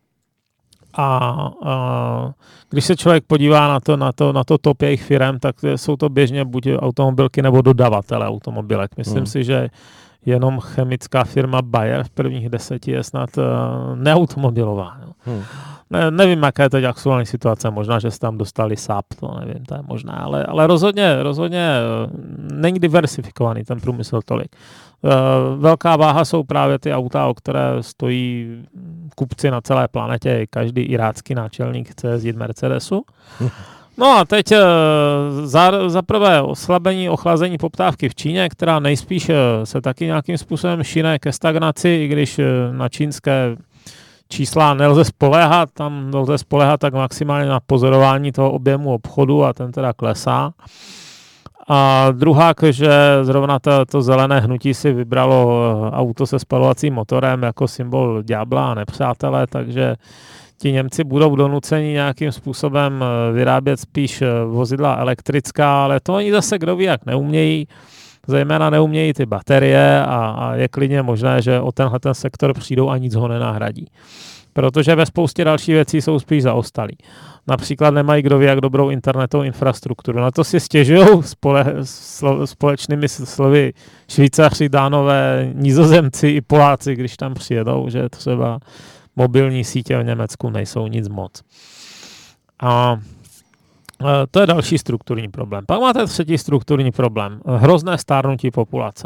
B: A uh, když se člověk podívá na to, na to, na to top jejich firem, tak jsou to běžně buď automobilky nebo dodavatele automobilek. Myslím hmm. si, že jenom chemická firma Bayer v prvních deseti je snad uh, neautomobilová. Hmm. Ne, nevím, jaká je teď aktuální situace, možná, že se tam dostali Saab, to nevím, to je možná, ale, ale rozhodně, rozhodně není diversifikovaný ten průmysl tolik. Uh, velká váha jsou právě ty auta, o které stojí kupci na celé planetě, každý irácký náčelník chce jezdit Mercedesu. Hmm. No a teď za, za prvé oslabení, ochlazení poptávky v Číně, která nejspíš se taky nějakým způsobem šine ke stagnaci, i když na čínské čísla nelze spoléhat, tam nelze spoléhat tak maximálně na pozorování toho objemu obchodu a ten teda klesá. A druhá, že zrovna to, to zelené hnutí si vybralo auto se spalovacím motorem jako symbol ďábla a nepřátele, takže ti Němci budou donuceni nějakým způsobem vyrábět spíš vozidla elektrická, ale to oni zase kdo ví, jak neumějí. Zejména neumějí ty baterie a, a je klidně možné, že o tenhle ten sektor přijdou a nic ho nenahradí. protože ve spoustě dalších věcí jsou spíš zaostalí. Například nemají kdo ví jak dobrou internetovou infrastrukturu. Na to si stěžují spole, slo, společnými slovy Švýcaři, Dánové, Nizozemci i Poláci, když tam přijedou, že třeba mobilní sítě v Německu nejsou nic moc. A to je další strukturní problém. Pak máte třetí strukturní problém. Hrozné stárnutí populace.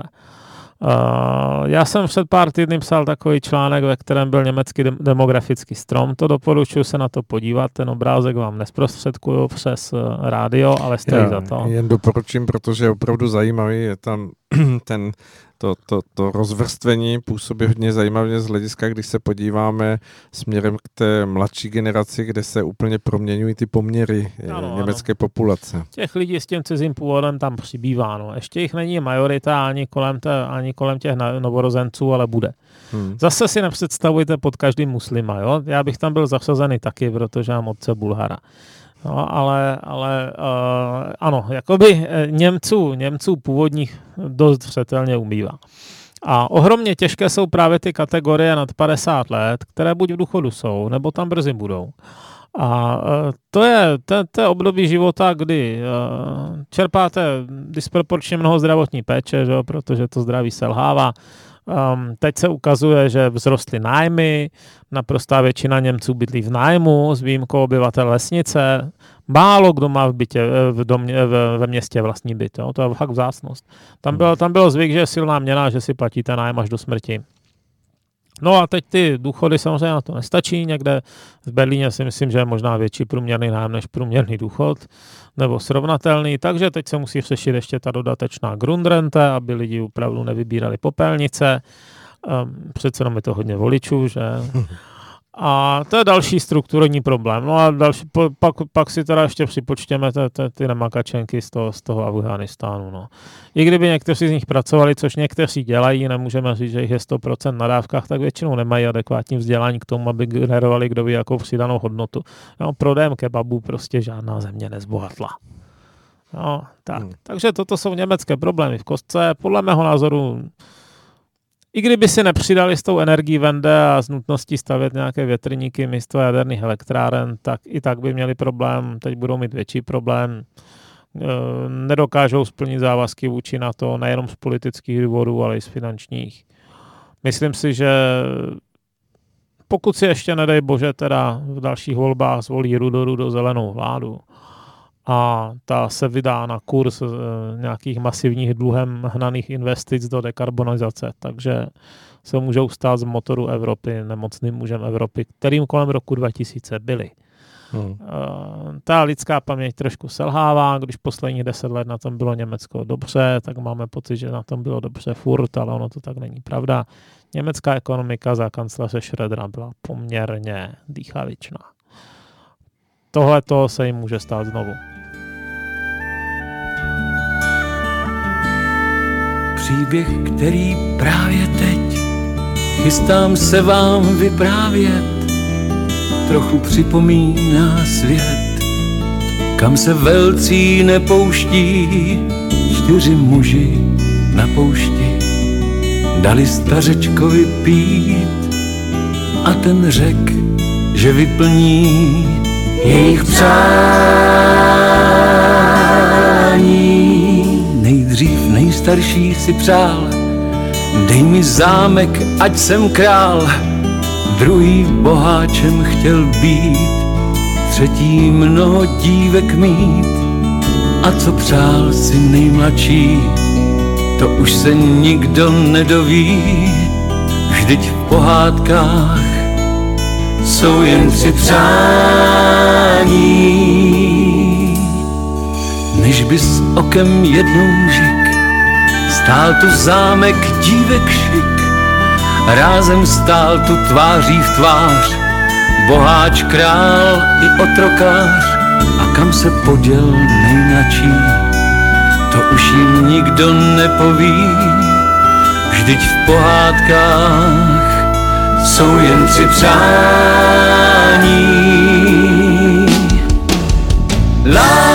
B: Uh, já jsem před pár týdny psal takový článek, ve kterém byl německý de- demografický strom. To doporučuji se na to podívat. Ten obrázek vám nesprostředkuju přes uh, rádio, ale stojí
C: Já
B: za to.
C: Jen doporučím, protože je opravdu zajímavý. Je tam ten, to, to, to rozvrstvení působí hodně zajímavě z hlediska, když se podíváme směrem k té mladší generaci, kde se úplně proměňují ty poměry ano, německé ano. populace.
B: Těch lidí s tím cizím původem tam přibývá. No. Ještě jich není majorita ani kolem, té, ani kolem těch novorozenců, ale bude. Hmm. Zase si nepředstavujte pod každým muslima. Jo? Já bych tam byl zasazený taky, protože mám otce Bulhara. No, ale, ale uh, ano, jakoby Němců, Němců původních dost zřetelně umývá. A ohromně těžké jsou právě ty kategorie nad padesát let, které buď v důchodu jsou, nebo tam brzy budou. A uh, to je to, to je období života, kdy uh, čerpáte disproporčně mnoho zdravotní péče, že, protože to zdraví selhává. Um, teď se ukazuje, že vzrostly nájmy, naprostá většina Němců bydlí v nájmu, s výjimkou obyvatel vesnice. Málo kdo má v bytě, v domě, v, ve městě vlastní byt, jo? To je fakt vzácnost. Tam bylo, tam bylo zvyk, že je silná měna, že si platíte nájem až do smrti. No a teď ty důchody samozřejmě na to nestačí. Někde v Berlíně si myslím, že je možná větší průměrný nájem než průměrný důchod, nebo srovnatelný, takže teď se musí řešit ještě ta dodatečná Grundrente, aby lidi opravdu nevybírali popelnice. Um, přece jenom je to hodně voličů, že? A to je další strukturní problém. No a další, pak, pak si teda ještě připočtěme ty, ty, ty nemakačenky z toho, z toho Afghánistánu. No. I kdyby někteří z nich pracovali, což někteří dělají, nemůžeme říct, že jich je sto procent na dávkách, tak většinou nemají adekvátní vzdělání k tomu, aby generovali kdo ví jakou přidanou hodnotu. No, prodejem kebabů prostě žádná země nezbohatla. No, tak. Hmm. Takže toto jsou německé problémy v kostce. Podle mého názoru i kdyby si nepřidali s tou energií Wende a s nutností stavět nějaké větrníky místo jaderných elektráren, tak i tak by měli problém. Teď budou mít větší problém. Nedokážou splnit závazky vůči NATO, nejenom z politických důvodů, ale i z finančních. Myslím si, že pokud si ještě, nedej bože, teda v dalších volbách zvolí rudo-rudo-zelenou vládu, a ta se vydá na kurz e, nějakých masivních dluhem hnaných investic do dekarbonizace, takže se můžou stát z motoru Evropy nemocným mužem Evropy, kterým kolem roku dva tisíce byli. Hmm. E, ta lidská paměť trošku selhává, když posledních deset let na tom bylo Německo dobře, tak máme pocit, že na tom bylo dobře furt, ale ono to tak není pravda. Německá ekonomika za kancléře Schrödera byla poměrně dýchavičná. Tohle to se jim může stát znovu.
E: Příběh, který právě teď chystám se vám vyprávět, trochu připomíná svět, kam se velcí nepouští. Čtyři muži na poušti dali stařečkovi pít a ten řek, že vyplní jejich přání. Nejdřív nejstarší si přál, dej mi zámek, ať jsem král. Druhý boháčem chtěl být, třetí mnoho dívek mít. A co přál si nejmladší, to už se nikdo nedoví. Vždyť v pohádkách jsou jen tři přání. Než bys okem jednou žik, stál tu zámek dívek šik, rázem stál tu tváří v tvář, boháč, král i otrokář. A kam se poděl nejmladší, to už jim nikdo nepoví. Vždyť v pohádkách jsou jen tři přání. La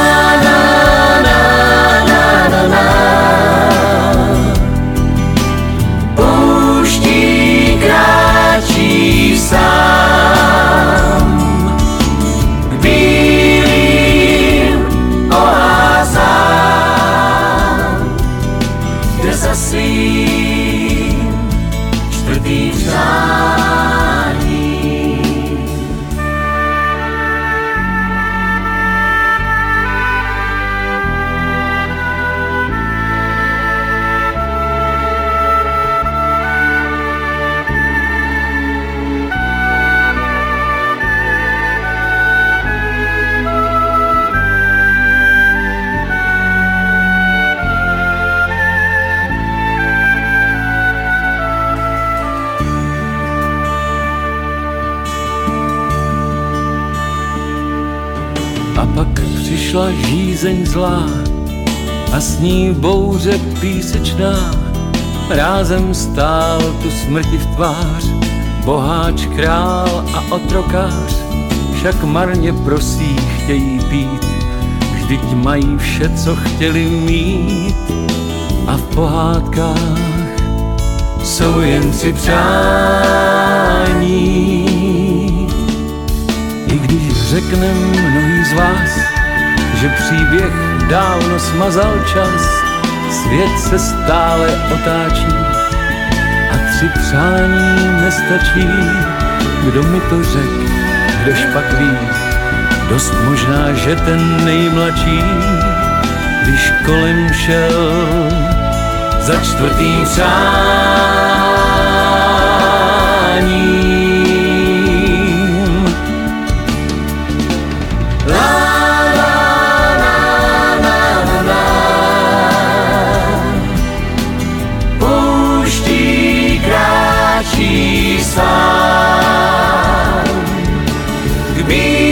E: pouští kráčí sám. svým čtvrtým přáním. A pak přišla žízeň zlá a s ní bouře písečná. Rázem stál tu smrti v tvář, boháč, král a otrokář. Však marně prosí, chtějí pít, vždyť mají vše, co chtěli mít. A v pohádkách jsou jen tři přání. I když řekne mnohý z vás, že příběh dávno smazal čas, svět se stále otáčí a tři přání nestačí. Kdo mi to řek, kdož pak ví, dost možná, že ten nejmladší, když kolem šel za čtvrtým přáním. Sám k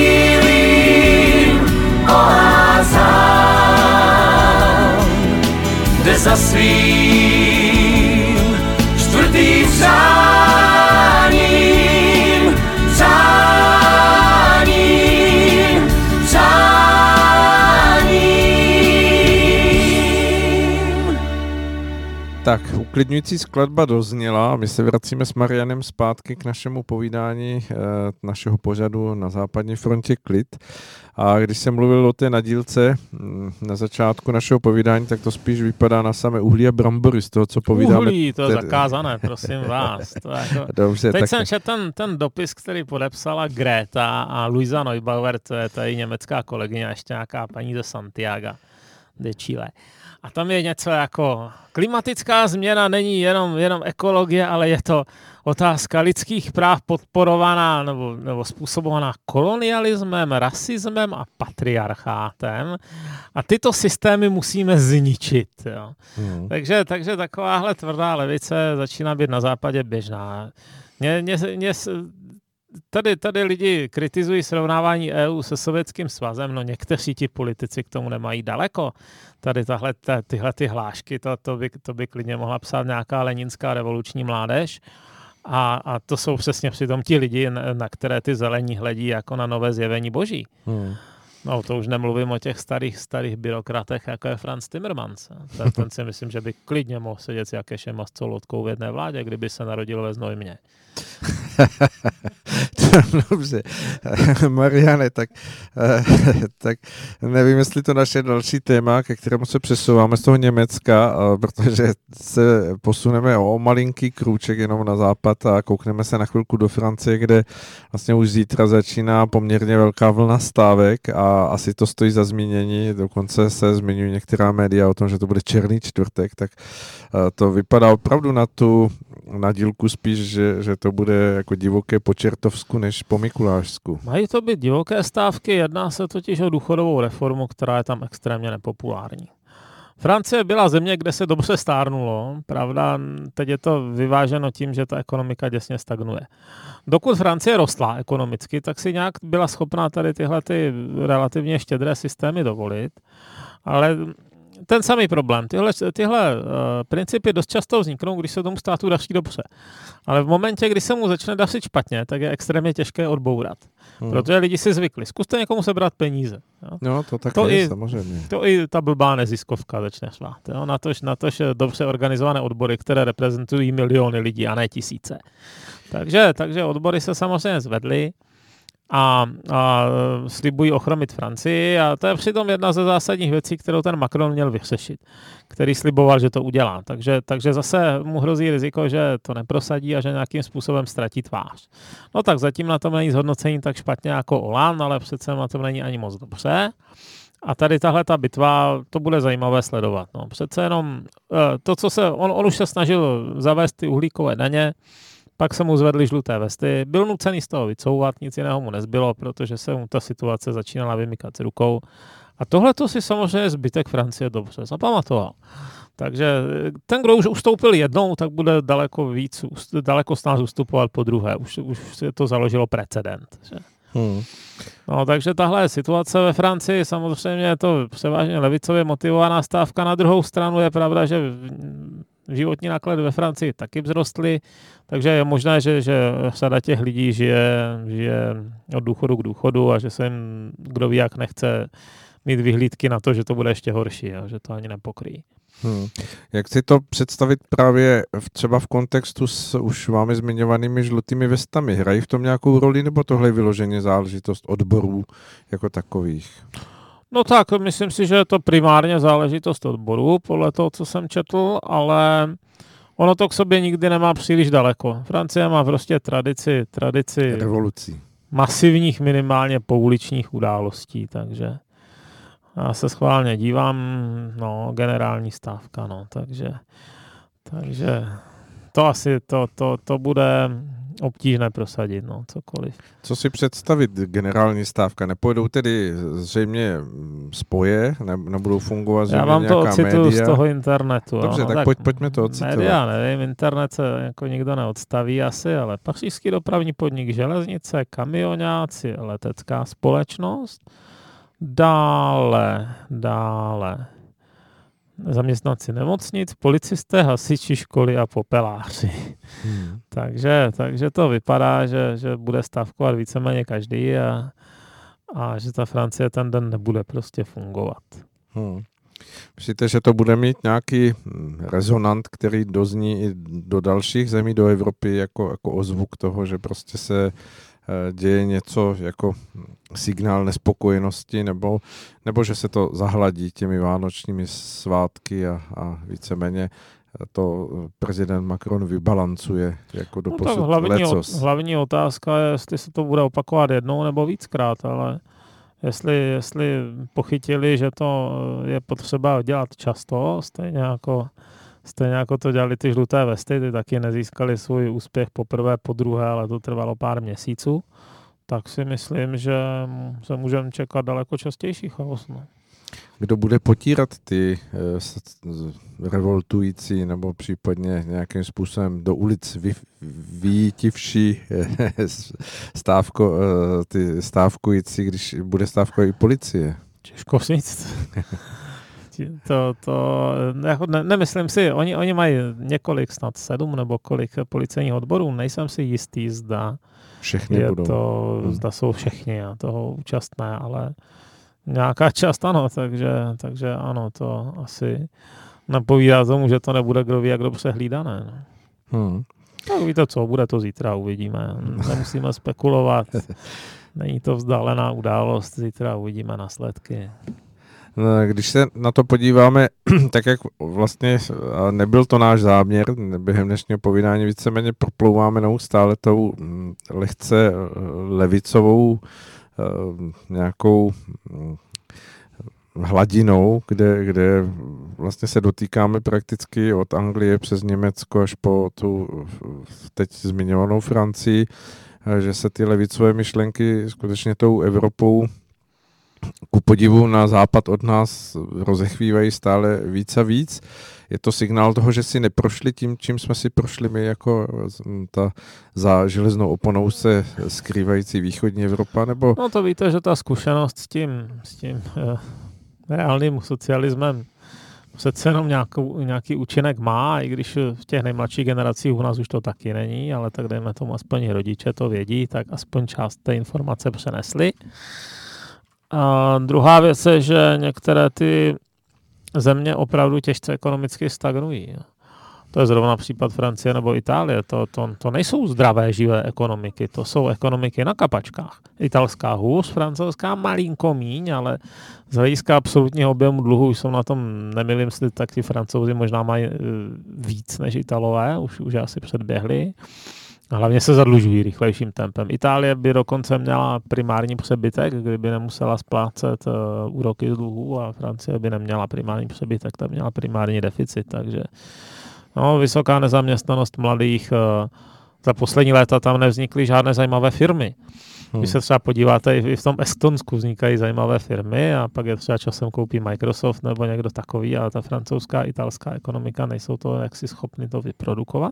E: bílým oázám, jde za svým čtvrtým přáním, přáním, přáním.
C: Tak, uklidňující skladba dozněla. My se vracíme s Marianem zpátky k našemu povídání e, našeho pořadu Na západní frontě Klid. A když jsem mluvil o té nadílce m, na začátku našeho povídání, tak to spíš vypadá na samé uhlí a brambory z toho, co povídáme.
B: Uhlí, to je tedy zakázané, prosím vás. To jako...
C: Dobře,
B: Teď
C: tak...
B: jsem četl ten, ten dopis, který podepsala Greta a Luisa Neubauer, to je tady německá kolegyně, ještě nějaká paní ze Santiago de Chile. A tam je něco jako klimatická změna není jenom, jenom ekologie, ale je to otázka lidských práv podporovaná nebo, nebo způsobovaná kolonialismem, rasismem a patriarchátem. A tyto systémy musíme zničit. Jo. Mm. Takže, takže takováhle tvrdá levice začíná být na západě běžná. Mě, mě, mě, tady, tady lidi kritizují srovnávání E U se Sovětským svazem, no někteří ti politici k tomu nemají daleko. Tady tahle, tyhle ty hlášky, to, to, by, to by klidně mohla psát nějaká leninská revoluční mládež. A, a to jsou přesně přitom ti lidi, na které ty zelení hledí jako na nové zjevení boží. Hmm. No to už nemluvím o těch starých, starých byrokratech, jako je Franz Timmermans. Ten, ten si myslím, že by klidně mohl sedět s Jakešem a s Colotkou v jedné vládě, kdyby se narodil ve Znojmě.
C: Dobře. Mariane, tak, tak nevím, jestli to naše další téma, ke kterému se přesouváme z toho Německa, protože se posuneme o malinký krůček jenom na západ a koukneme se na chvilku do Francie, kde vlastně už zítra začíná poměrně velká vlna stávek a asi to stojí za zmínění, dokonce se zmiňují některá média o tom, že to bude černý čtvrtek, tak to vypadá opravdu na tu nadílku spíš, že, že to bude jako divoké po čertovsku než po mikulášsku.
B: Mají to být divoké stávky, jedná se totiž o důchodovou reformu, která je tam extrémně nepopulární. Francie byla země, kde se dobře stárnulo, pravda, teď je to vyváženo tím, že ta ekonomika děsně stagnuje. Dokud Francie rostla ekonomicky, tak si nějak byla schopná tady tyhle ty relativně štědré systémy dovolit, ale ten samý problém. Tyhle, tyhle uh, principy dost často vzniknou, když se tomu státu daří dobře. Ale v momentě, kdy se mu začne dařit špatně, tak je extrémně těžké odbourat. Hmm. Protože lidi si zvykli. Zkuste někomu sebrat peníze. Jo?
C: No, to tak
B: to
C: je,
B: i,
C: samozřejmě.
B: To i ta blbá neziskovka začne švát. Jo? Natož, natož dobře organizované odbory, které reprezentují miliony lidí a ne tisíce. Takže, takže odbory se samozřejmě zvedly. a, a slibují ochromit Francii a to je přitom jedna ze zásadních věcí, kterou ten Macron měl vyřešit, který sliboval, že to udělá. Takže, takže zase mu hrozí riziko, že to neprosadí a že nějakým způsobem ztratí tvář. No tak zatím na tom není zhodnocení tak špatně jako Hollande, ale přece na tom není ani moc dobře. A tady tahle ta bitva, to bude zajímavé sledovat. No, přece jenom to, co se, on, on už se snažil zavést ty uhlíkové daně, pak se mu zvedly žluté vesty, byl nucený z toho vycouvat, nic jiného mu nezbylo, protože se mu ta situace začínala vymykat z rukou. A tohle to si samozřejmě zbytek Francie dobře zapamatoval. Takže ten, kdo už ustoupil jednou, tak bude daleko víc, daleko s nás ustupovat po druhé. Už, už se to založilo precedent. Že? Hmm. No, takže tahle situace ve Francii, samozřejmě je to převážně levicově motivovaná stávka. Na druhou stranu je pravda, že životní náklady ve Francii taky vzrostly, takže je možné, že, že řada těch lidí žije, žije od důchodu k důchodu a že se jim, kdo ví, jak nechce mít vyhlídky na to, že to bude ještě horší a že to ani nepokryjí.
C: Hmm. Jak si to představit právě v, třeba v kontextu s už vámi zmiňovanými žlutými vestami? Hrají v tom nějakou roli, nebo tohle je vyloženě záležitost odborů jako takových?
B: No tak, myslím si, že je to primárně záležitost odborů, podle toho, co jsem četl, ale ono to k sobě nikdy nemá příliš daleko. Francie má prostě tradici, tradici
C: revolucí.
B: Masivních minimálně pouličních událostí, takže já se schválně dívám, no, generální stávka, no, takže, takže to asi, to, to, to bude obtížné prosadit, no, cokoliv.
C: Co si představit, generální stávka? Nepojedou tedy zřejmě spoje, ne, nebudou fungovat zřejmě nějaká média?
B: Já vám to ocituju z toho internetu.
C: Dobře,
B: ano,
C: tak, tak pojď, pojďme to ocitovat.
B: Média, nevím, internet se jako nikdo neodstaví asi, ale pařížský dopravní podnik, železnice, kamionáci, letecká společnost, dále, dále zaměstnanci nemocnic, policisté, hasiči, školy a popeláři. Hmm. takže, takže to vypadá, že, že bude stávkovat víceméně každý a, a že ta Francie ten den nebude prostě fungovat.
C: Hmm. Myslíte, že to bude mít nějaký rezonant, který dozní i do dalších zemí, do Evropy, jako, jako ozvuk toho, že prostě se děje něco jako signál nespokojenosti, nebo, nebo že se to zahladí těmi vánočními svátky a, a víceméně to prezident Macron vybalancuje jako do
B: no
C: posud
B: hlavní,
C: lecos.
B: Hlavní otázka je, jestli se to bude opakovat jednou nebo víckrát, ale jestli, jestli pochytili, že to je potřeba dělat často, stejně jako Stejně jako to dělali ty žluté vesty, ty taky nezískali svůj úspěch poprvé, po druhé, ale to trvalo pár měsíců, tak si myslím, že se můžeme čekat daleko častější chaos. No.
C: Kdo bude potírat ty eh, revoltující nebo případně nějakým způsobem do ulic vy, vyjítivší eh, stávko, eh, ty stávkující, když bude stávkovat i policie?
B: Těžko říct. To, to jako ne, nemyslím si, oni, oni mají několik, snad sedm nebo kolik policejních odborů, nejsem si jistý, zda,
C: všechny
B: je
C: budou.
B: To, zda jsou všechny a toho účastné, ale nějaká část ano, takže, takže ano, to asi napovídá tomu, že to nebude kdo ví, jak dobře hlídané. No. Hmm. Tak víte co, bude to zítra, uvidíme. Nemusíme spekulovat. Není to vzdálená událost, zítra uvidíme následky.
C: Když se na to podíváme, tak jak vlastně nebyl to náš záměr, během dnešního povídání víceméně proplouváme neustále tou lehce levicovou nějakou hladinou, kde, kde vlastně se dotýkáme prakticky od Anglie přes Německo až po tu teď zmiňovanou Francii, že se ty levicové myšlenky skutečně tou Evropou ku podivu na západ od nás rozechvívají stále víc a víc. Je to signál toho, že si neprošli tím, čím jsme si prošli my, jako ta za železnou oponou se skrývající východní Evropa, nebo...
B: No to víte, že ta zkušenost s tím, s tím eh, reálným socialismem přece jenom nějakou, nějaký účinek má, i když v těch nejmladších generacích u nás už to taky není, ale tak dejme tomu, aspoň rodiče to vědí, tak aspoň část té informace přenesli. A druhá věc je, že některé ty země opravdu těžce ekonomicky stagnují. To je zrovna případ Francie nebo Itálie. To, to, to nejsou zdravé, živé ekonomiky. To jsou ekonomiky na kapačkách. Italská hůř, francouzská malinko míň, ale z hlediska absolutního objemu dluhu jsou na tom, nemilím si, tak ti Francouzi možná mají víc než Italové, už, už asi předběhli. Hlavně se zadlužují rychlejším tempem. Itálie by dokonce měla primární přebytek, kdyby nemusela splácet uh, úroky z dluhů, a Francie by neměla primární přebytek, tam měla primární deficit, takže no, vysoká nezaměstnanost mladých. Uh, za poslední léta tam nevznikly žádné zajímavé firmy. Hmm. Když se třeba podíváte, i v tom Estonsku vznikají zajímavé firmy a pak je třeba časem koupí Microsoft nebo někdo takový, ale ta francouzská, italská ekonomika nejsou to jaksi schopni to vyprodukovat.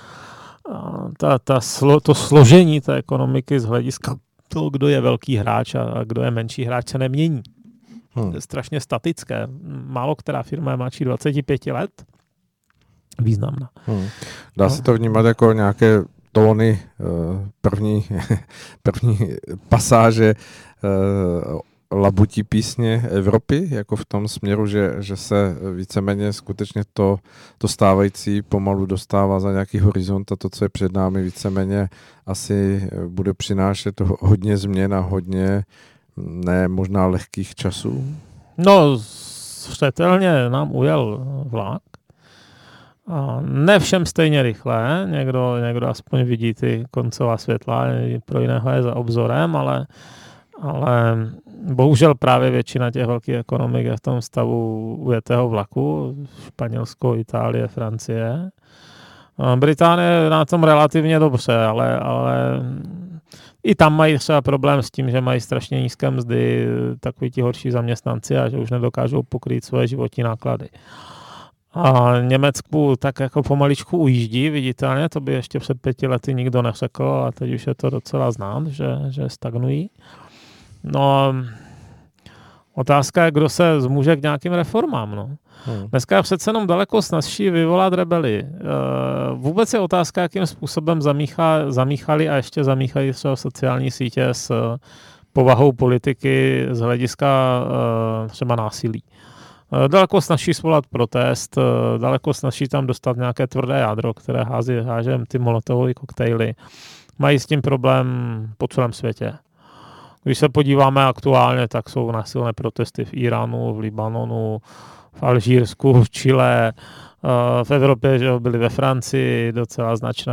B: Ta, ta slo, to složení té ekonomiky z hlediska toho, kdo je velký hráč a, a kdo je menší hráč, se nemění. Hmm. Je strašně statické. Málo která firma je mladší dvacet pět let. Významná.
C: Hmm. Dá no. se to vnímat jako nějaké tóny první, první pasáže labutí písně Evropy, jako v tom směru, že, že se víceméně skutečně to, to stávající pomalu dostává za nějaký horizont a to, co je před námi, víceméně asi bude přinášet hodně změn a hodně ne možná lehkých časů?
B: No, zřetelně nám ujel vlak. A ne všem stejně rychle, někdo, někdo aspoň vidí ty koncová světla, pro jiného je za obzorem, ale ale bohužel právě většina těch velkých ekonomik je v tom stavu ujetého vlaku. Španělsko, Itálie, Francie. Británie je na tom relativně dobře, ale, ale i tam mají třeba problém s tím, že mají strašně nízké mzdy, takoví ti horší zaměstnanci a že už nedokážou pokrýt svoje životní náklady. A Německu tak jako pomaličku ujíždí, viditelně, to by ještě před pěti lety nikdo neřekl a teď už je to docela znát, že, že stagnují. No, otázka je, kdo se zmůže k nějakým reformám. No. Hmm. Dneska je přece jenom daleko snazší vyvolat rebeli. E, vůbec je otázka, jakým způsobem zamíchá, zamíchali a ještě zamíchají třeba sociální sítě s povahou politiky z hlediska e, třeba násilí. E, daleko snazší svolat protest, e, daleko snazší tam dostat nějaké tvrdé jádro, které hází, hážem ty molotovové koktejly. Mají s tím problém po celém světě. Když se podíváme aktuálně, tak jsou násilné protesty v Iránu, v Libanonu, v Alžírsku, v Chile, v Evropě, že byli ve Francii, docela značné,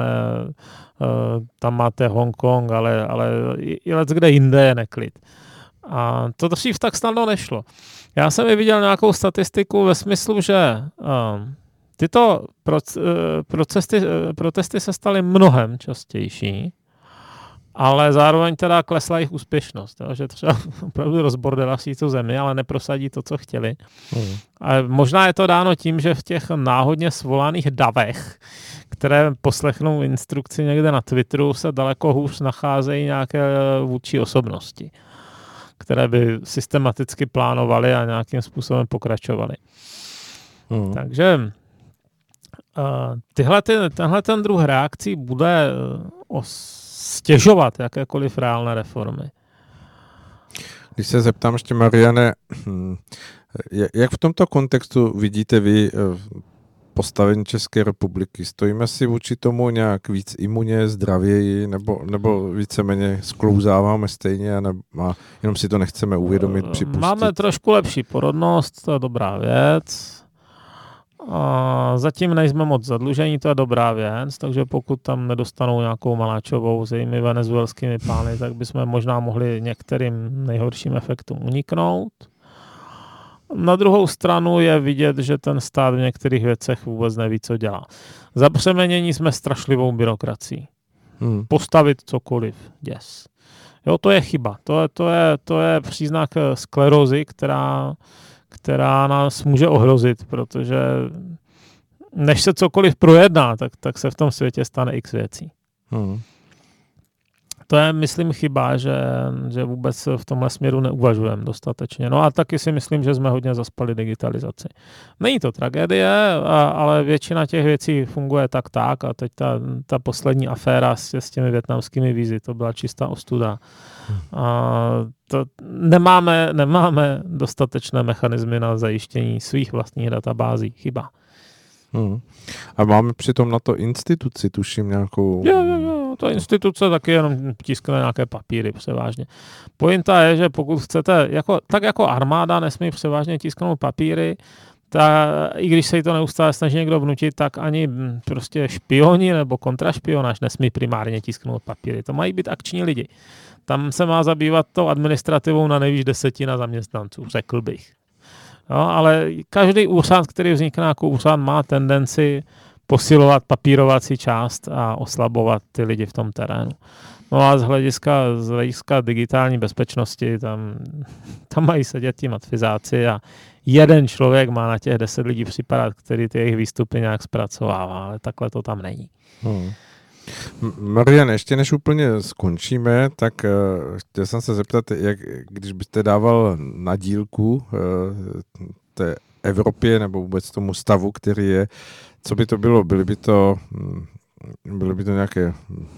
B: tam máte Hongkong, ale, ale i let kde jinde je neklid. A to dřív tak snadno nešlo. Já jsem i viděl nějakou statistiku ve smyslu, že tyto protesty, protesty se staly mnohem častější, ale zároveň teda klesla jejich úspěšnost, jo? Že třeba opravdu rozbordelaří tu zemi, ale neprosadí to, co chtěli. Mm. A možná je to dáno tím, že v těch náhodně svolaných davech, které poslechnou instrukci někde na Twitteru, se daleko hůř nacházejí nějaké vůdčí osobnosti, které by systematicky plánovaly a nějakým způsobem pokračovaly. Mm. Takže uh, tyhle, ty, tenhle ten druh reakcí bude os stěžovat jakékoliv reálné reformy.
C: Když se zeptám ještě, Mariane, jak v tomto kontextu vidíte vy postavení České republiky? Stojíme si vůči tomu nějak víc imunně, zdravěji, nebo, nebo víceméně sklouzáváme stejně a, ne, a jenom si to nechceme uvědomit, připustit?
B: Máme trošku lepší porodnost, to je dobrá věc. A zatím nejsme moc zadlužení, to je dobrá věc, takže pokud tam nedostanou nějakou Maláčovou s jejími venezuelskými pány, tak bychom možná mohli některým nejhorším efektům uniknout. Na druhou stranu je vidět, že ten stát v některých věcech vůbec neví, co dělá. Zapřeměnění jsme strašlivou byrokracií. Hmm. Postavit cokoliv, yes. Jo, to je chyba. To je, to je, to je příznak sklerózy, která která nás může ohrozit, protože než se cokoliv projedná, tak, tak se v tom světě stane x věcí. Hmm. To je, myslím, chyba, že, že vůbec v tomhle směru neuvažujeme dostatečně. No a taky si myslím, že jsme hodně zaspali digitalizaci. Není to tragédie, a, ale většina těch věcí funguje tak tak a teď ta, ta poslední aféra s, s těmi vietnamskými vízy, to byla čistá ostuda. A to nemáme, nemáme dostatečné mechanismy na zajištění svých vlastních databází. Chyba.
C: Hmm. A máme přitom na to instituci, tuším nějakou...
B: Jo, jo, jo, to instituce taky jenom tiskne nějaké papíry převážně. Pointa je, že pokud chcete, jako, tak jako armáda nesmí převážně tisknout papíry, ta, i když se jí to neustále snaží někdo vnutit, tak ani prostě špioni nebo kontrašpionáž nesmí primárně tisknout papíry. To mají být akční lidi. Tam se má zabývat tou administrativou na nejvíc desetina zaměstnanců, řekl bych. Jo, ale každý úřad, který vznikne jako úřad, má tendenci posilovat papírovací část a oslabovat ty lidi v tom terénu. No a z hlediska, z hlediska digitální bezpečnosti tam, tam mají sedět ti matfizáci a jeden člověk má na těch deset lidí připadat, který ty jejich výstupy nějak zpracovává, ale takhle to tam není.
C: Hmm. Marian, ještě než úplně skončíme, tak uh, chtěl jsem se zeptat, jak, když byste dával na dílku uh, té Evropě nebo vůbec tomu stavu, který je, co by to bylo? Byly by to, byly by to nějaké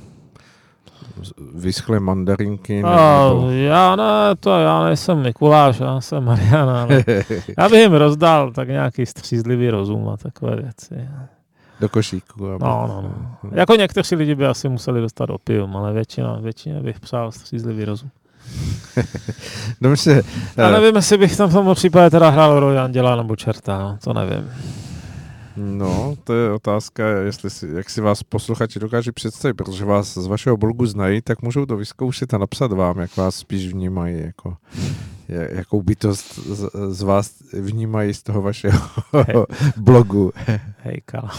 C: vyschlé mandarinky?
B: No,
C: nebo...
B: Já ne, to já nejsem Mikuláš, já jsem Mariana, ale já bych jim rozdal tak nějaký střízlivý rozum a takové věci.
C: Do košíku. Aby...
B: No, no, no. Jako někteří lidi by asi museli dostat opium, ale většina, většině bych přál střízlivý rozum.
C: Dobře.
B: Já nevím, jestli bych tam v tom případě teda hrál roli anděla nebo čerta, no, to nevím.
C: No, to je otázka, jestli si, jak si vás posluchači dokáží představit, protože vás z vašeho blogu znají, tak můžou to vyzkoušet a napsat vám, jak vás spíš vnímají, jako, jakou bytost z, z vás vnímají z toho vašeho hey. blogu.
B: Hejka.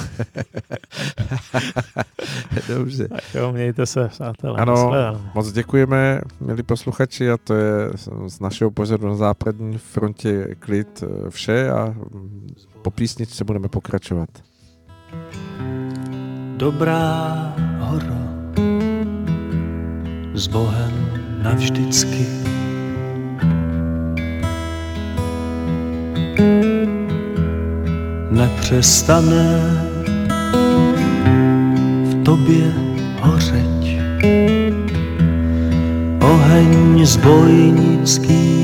C: Dobře.
B: Tak jo, mějte se, přátelé.
C: Ano,
B: Nasledanou.
C: moc děkujeme, milí posluchači, a to je z našeho pořadu na západní frontě klid vše a po písničce budeme pokračovat.
E: Dobrá horo, s Bohem navždycky. Nepřestane v tobě hořeť oheň zbojnický.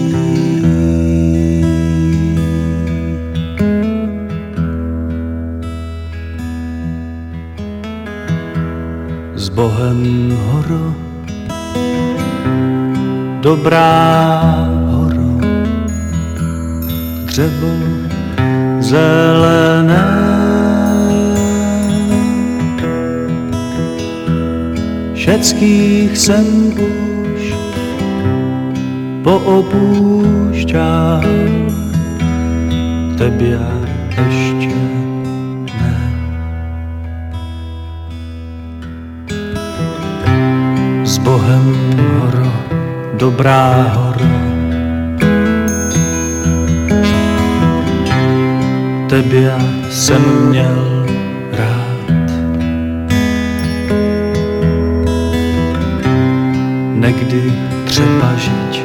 E: S Bohem horo, dobrá horo, dřevo zelené. Všeckých jsem už poopoušťal, tebě ještě ne. S Bohem horo, dobrá horo, tebě jsem měl rád. Někdy třeba žít